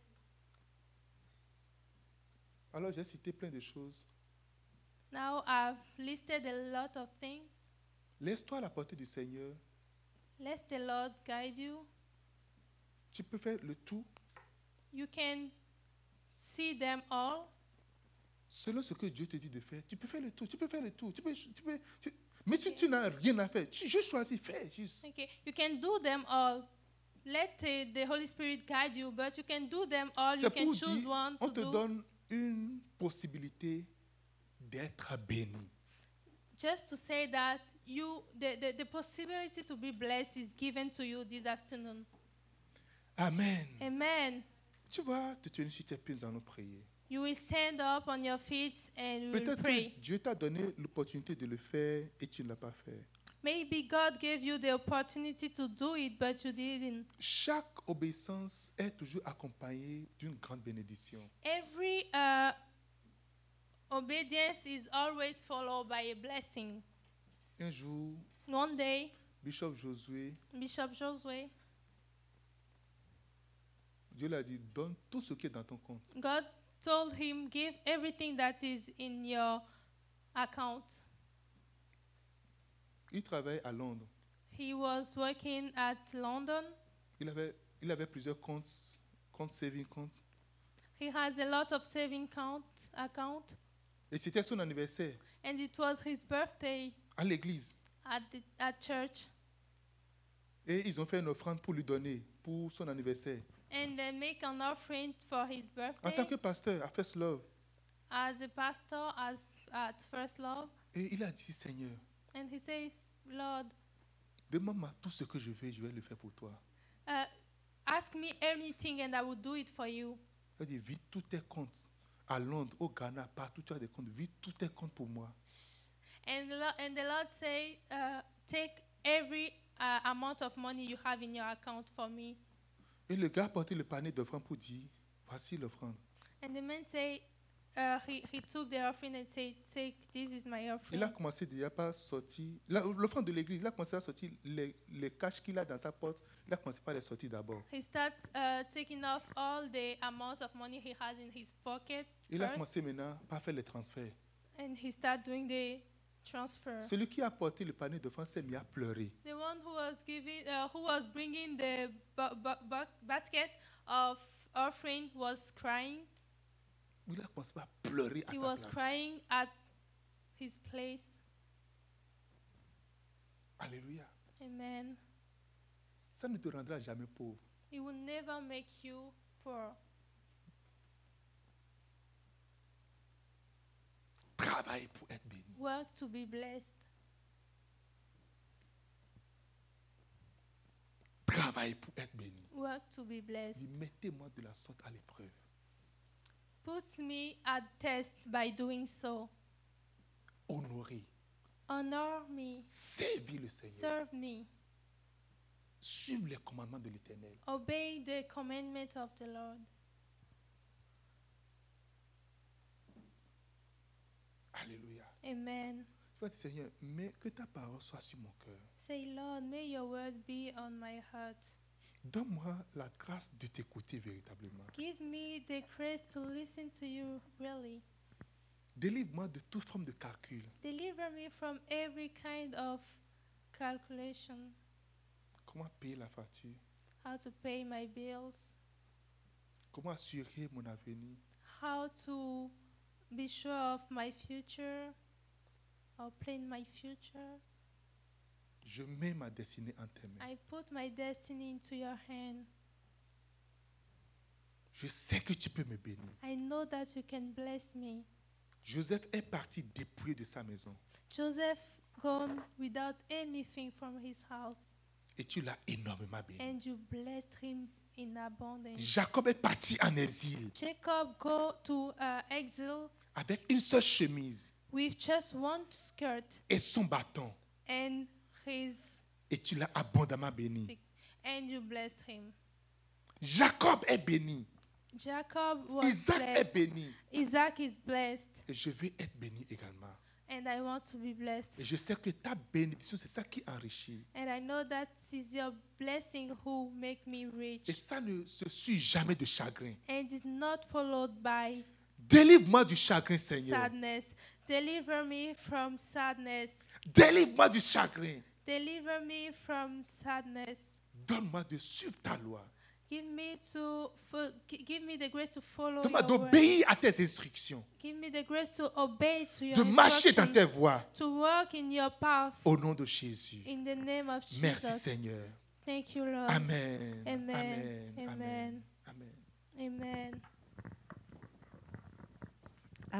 Alors, j'ai cité plein de choses. Now I've listed a lot of things. Laisse-toi à la portée du Seigneur. Let the Lord guide you. Tu peux faire le tout You can see them all. selon ce que Dieu te dit de faire. Tu peux faire le tout. Tu peux faire le tout. Mais si tu n'as rien à faire, je choisis faire. Juste. Okay, you can do them all. Let the Holy Spirit guide you, but you can do them all. You C'est can pour choose dire, one on to te do. donne une possibilité d'être béni. Just to say that the possibility to be blessed is given to you this afternoon. Amen. Amen. Tu vas te tenir sur tes pieds, nous allons prier. You will stand up on your feet and we will Peut-être pray. que Dieu t'a donné l'opportunité de le faire et tu ne l'as pas fait. Maybe God gave you the opportunity to do it, but you didn't. Chaque obéissance est toujours accompagnée d'une grande bénédiction. Every obedience is always followed by a blessing. Un jour, One day, Bishop Josué, Bishop Josué, Dieu lui a dit, donne tout ce qui est dans ton compte. God told him, give everything that is in your account. Il travaille à Londres. He was working at London. Il avait plusieurs comptes saving comptes. He has a lot of saving account. Et c'était son anniversaire And it was his birthday à l'église. at church. Et ils ont fait une offrande pour lui donner pour son anniversaire. And they make an offering for his En birthday tant que pasteur à First Love. as a pastor at First Love. Et il a dit, Seigneur, And he says, Lord, demande-moi tout ce que je vais le faire pour toi. ask me anything and I will do it for you. Il a dit, vide tous tes comptes. À Londres, au Ghana, partout tu as des comptes. Vide tous tes comptes pour moi. And the Lord say, take every amount of money you have in your account for me. Et le gars a porté le panier d'offrande pour dire, voici l'offrande. And the man say, he took the offering and said, take, this is my Il offering. a commencé déjà par sortir, l'offrande de l'église, il a commencé à sortir les cash qu'il a dans sa porte, il a commencé par les sortir d'abord. He starts taking off all the amount of money he has in his pocket Il a first, commencé maintenant par faire les transferts. and he started doing the transfer. Celui qui a porté le panier d'offrande s'est mis à pleurer. The one who was bringing the basket of offering was crying. Il a commencé à pleurer à He sa was place. crying at his place. Alléluia. Amen. Ça ne te rendra jamais pauvre. It will never make you poor. Travaille pour être béni. Work to be blessed. Travaille pour être béni. Work to be blessed. Dis, mettez-moi de la sorte à l'épreuve. Put me at test by doing so. Honorez, Honor me. servez le Seigneur. Serve me. Suivez les commandements de l'Éternel. Obey the commandments of the Lord. Alléluia. Amen. Tu vas dire, Seigneur, mais que ta parole soit sur mon cœur. Say, Lord, may your word be on my heart. Donne-moi la grâce de t'écouter véritablement. Give me the grace to listen to you really. Délivre-moi de toute forme de calcul. Deliver me from every kind of calculation. Comment payer la facture? How to pay my bills. Comment assurer mon avenir? How to be sure of my future or plan my future. Je mets ma destinée en tes mains. I put my destiny into your hand. Je sais que tu peux me bénir. I know that you can bless me. Joseph est parti dépouillé de sa maison. Joseph gone without anything from his house, Et tu l'as énormément béni. and you blessed him in abundance. Jacob est parti en exil Jacob go to exile avec une seule chemise with just one skirt et son bâton. and his Et tu l'as abondamment béni. stick, and you blessed him. Jacob est béni. Jacob was Isaac est blessed. béni. Isaac is blessed, Et je veux être béni également. and I want to be blessed. Et je sais que ta bénédiction, c'est ça qui enrichit. And I know that is your blessing who make me Et rich, ça ne se suit jamais de chagrin. and is not followed by Délivre-moi du chagrin, Seigneur. sadness. Deliver me from sadness. Délivre-moi du chagrin. Deliver me from sadness. Donne-moi de suivre ta loi. Give me the grace to follow Donne-moi your word. d'obéir à tes instructions. Give me the grace to obey to your De marcher dans instruction, tes voies. to walk in your path. Au nom de Jésus. In the name of Jesus. Merci, Seigneur. Thank you, Lord. Amen. Amen. Amen. Amen. Amen. Amen.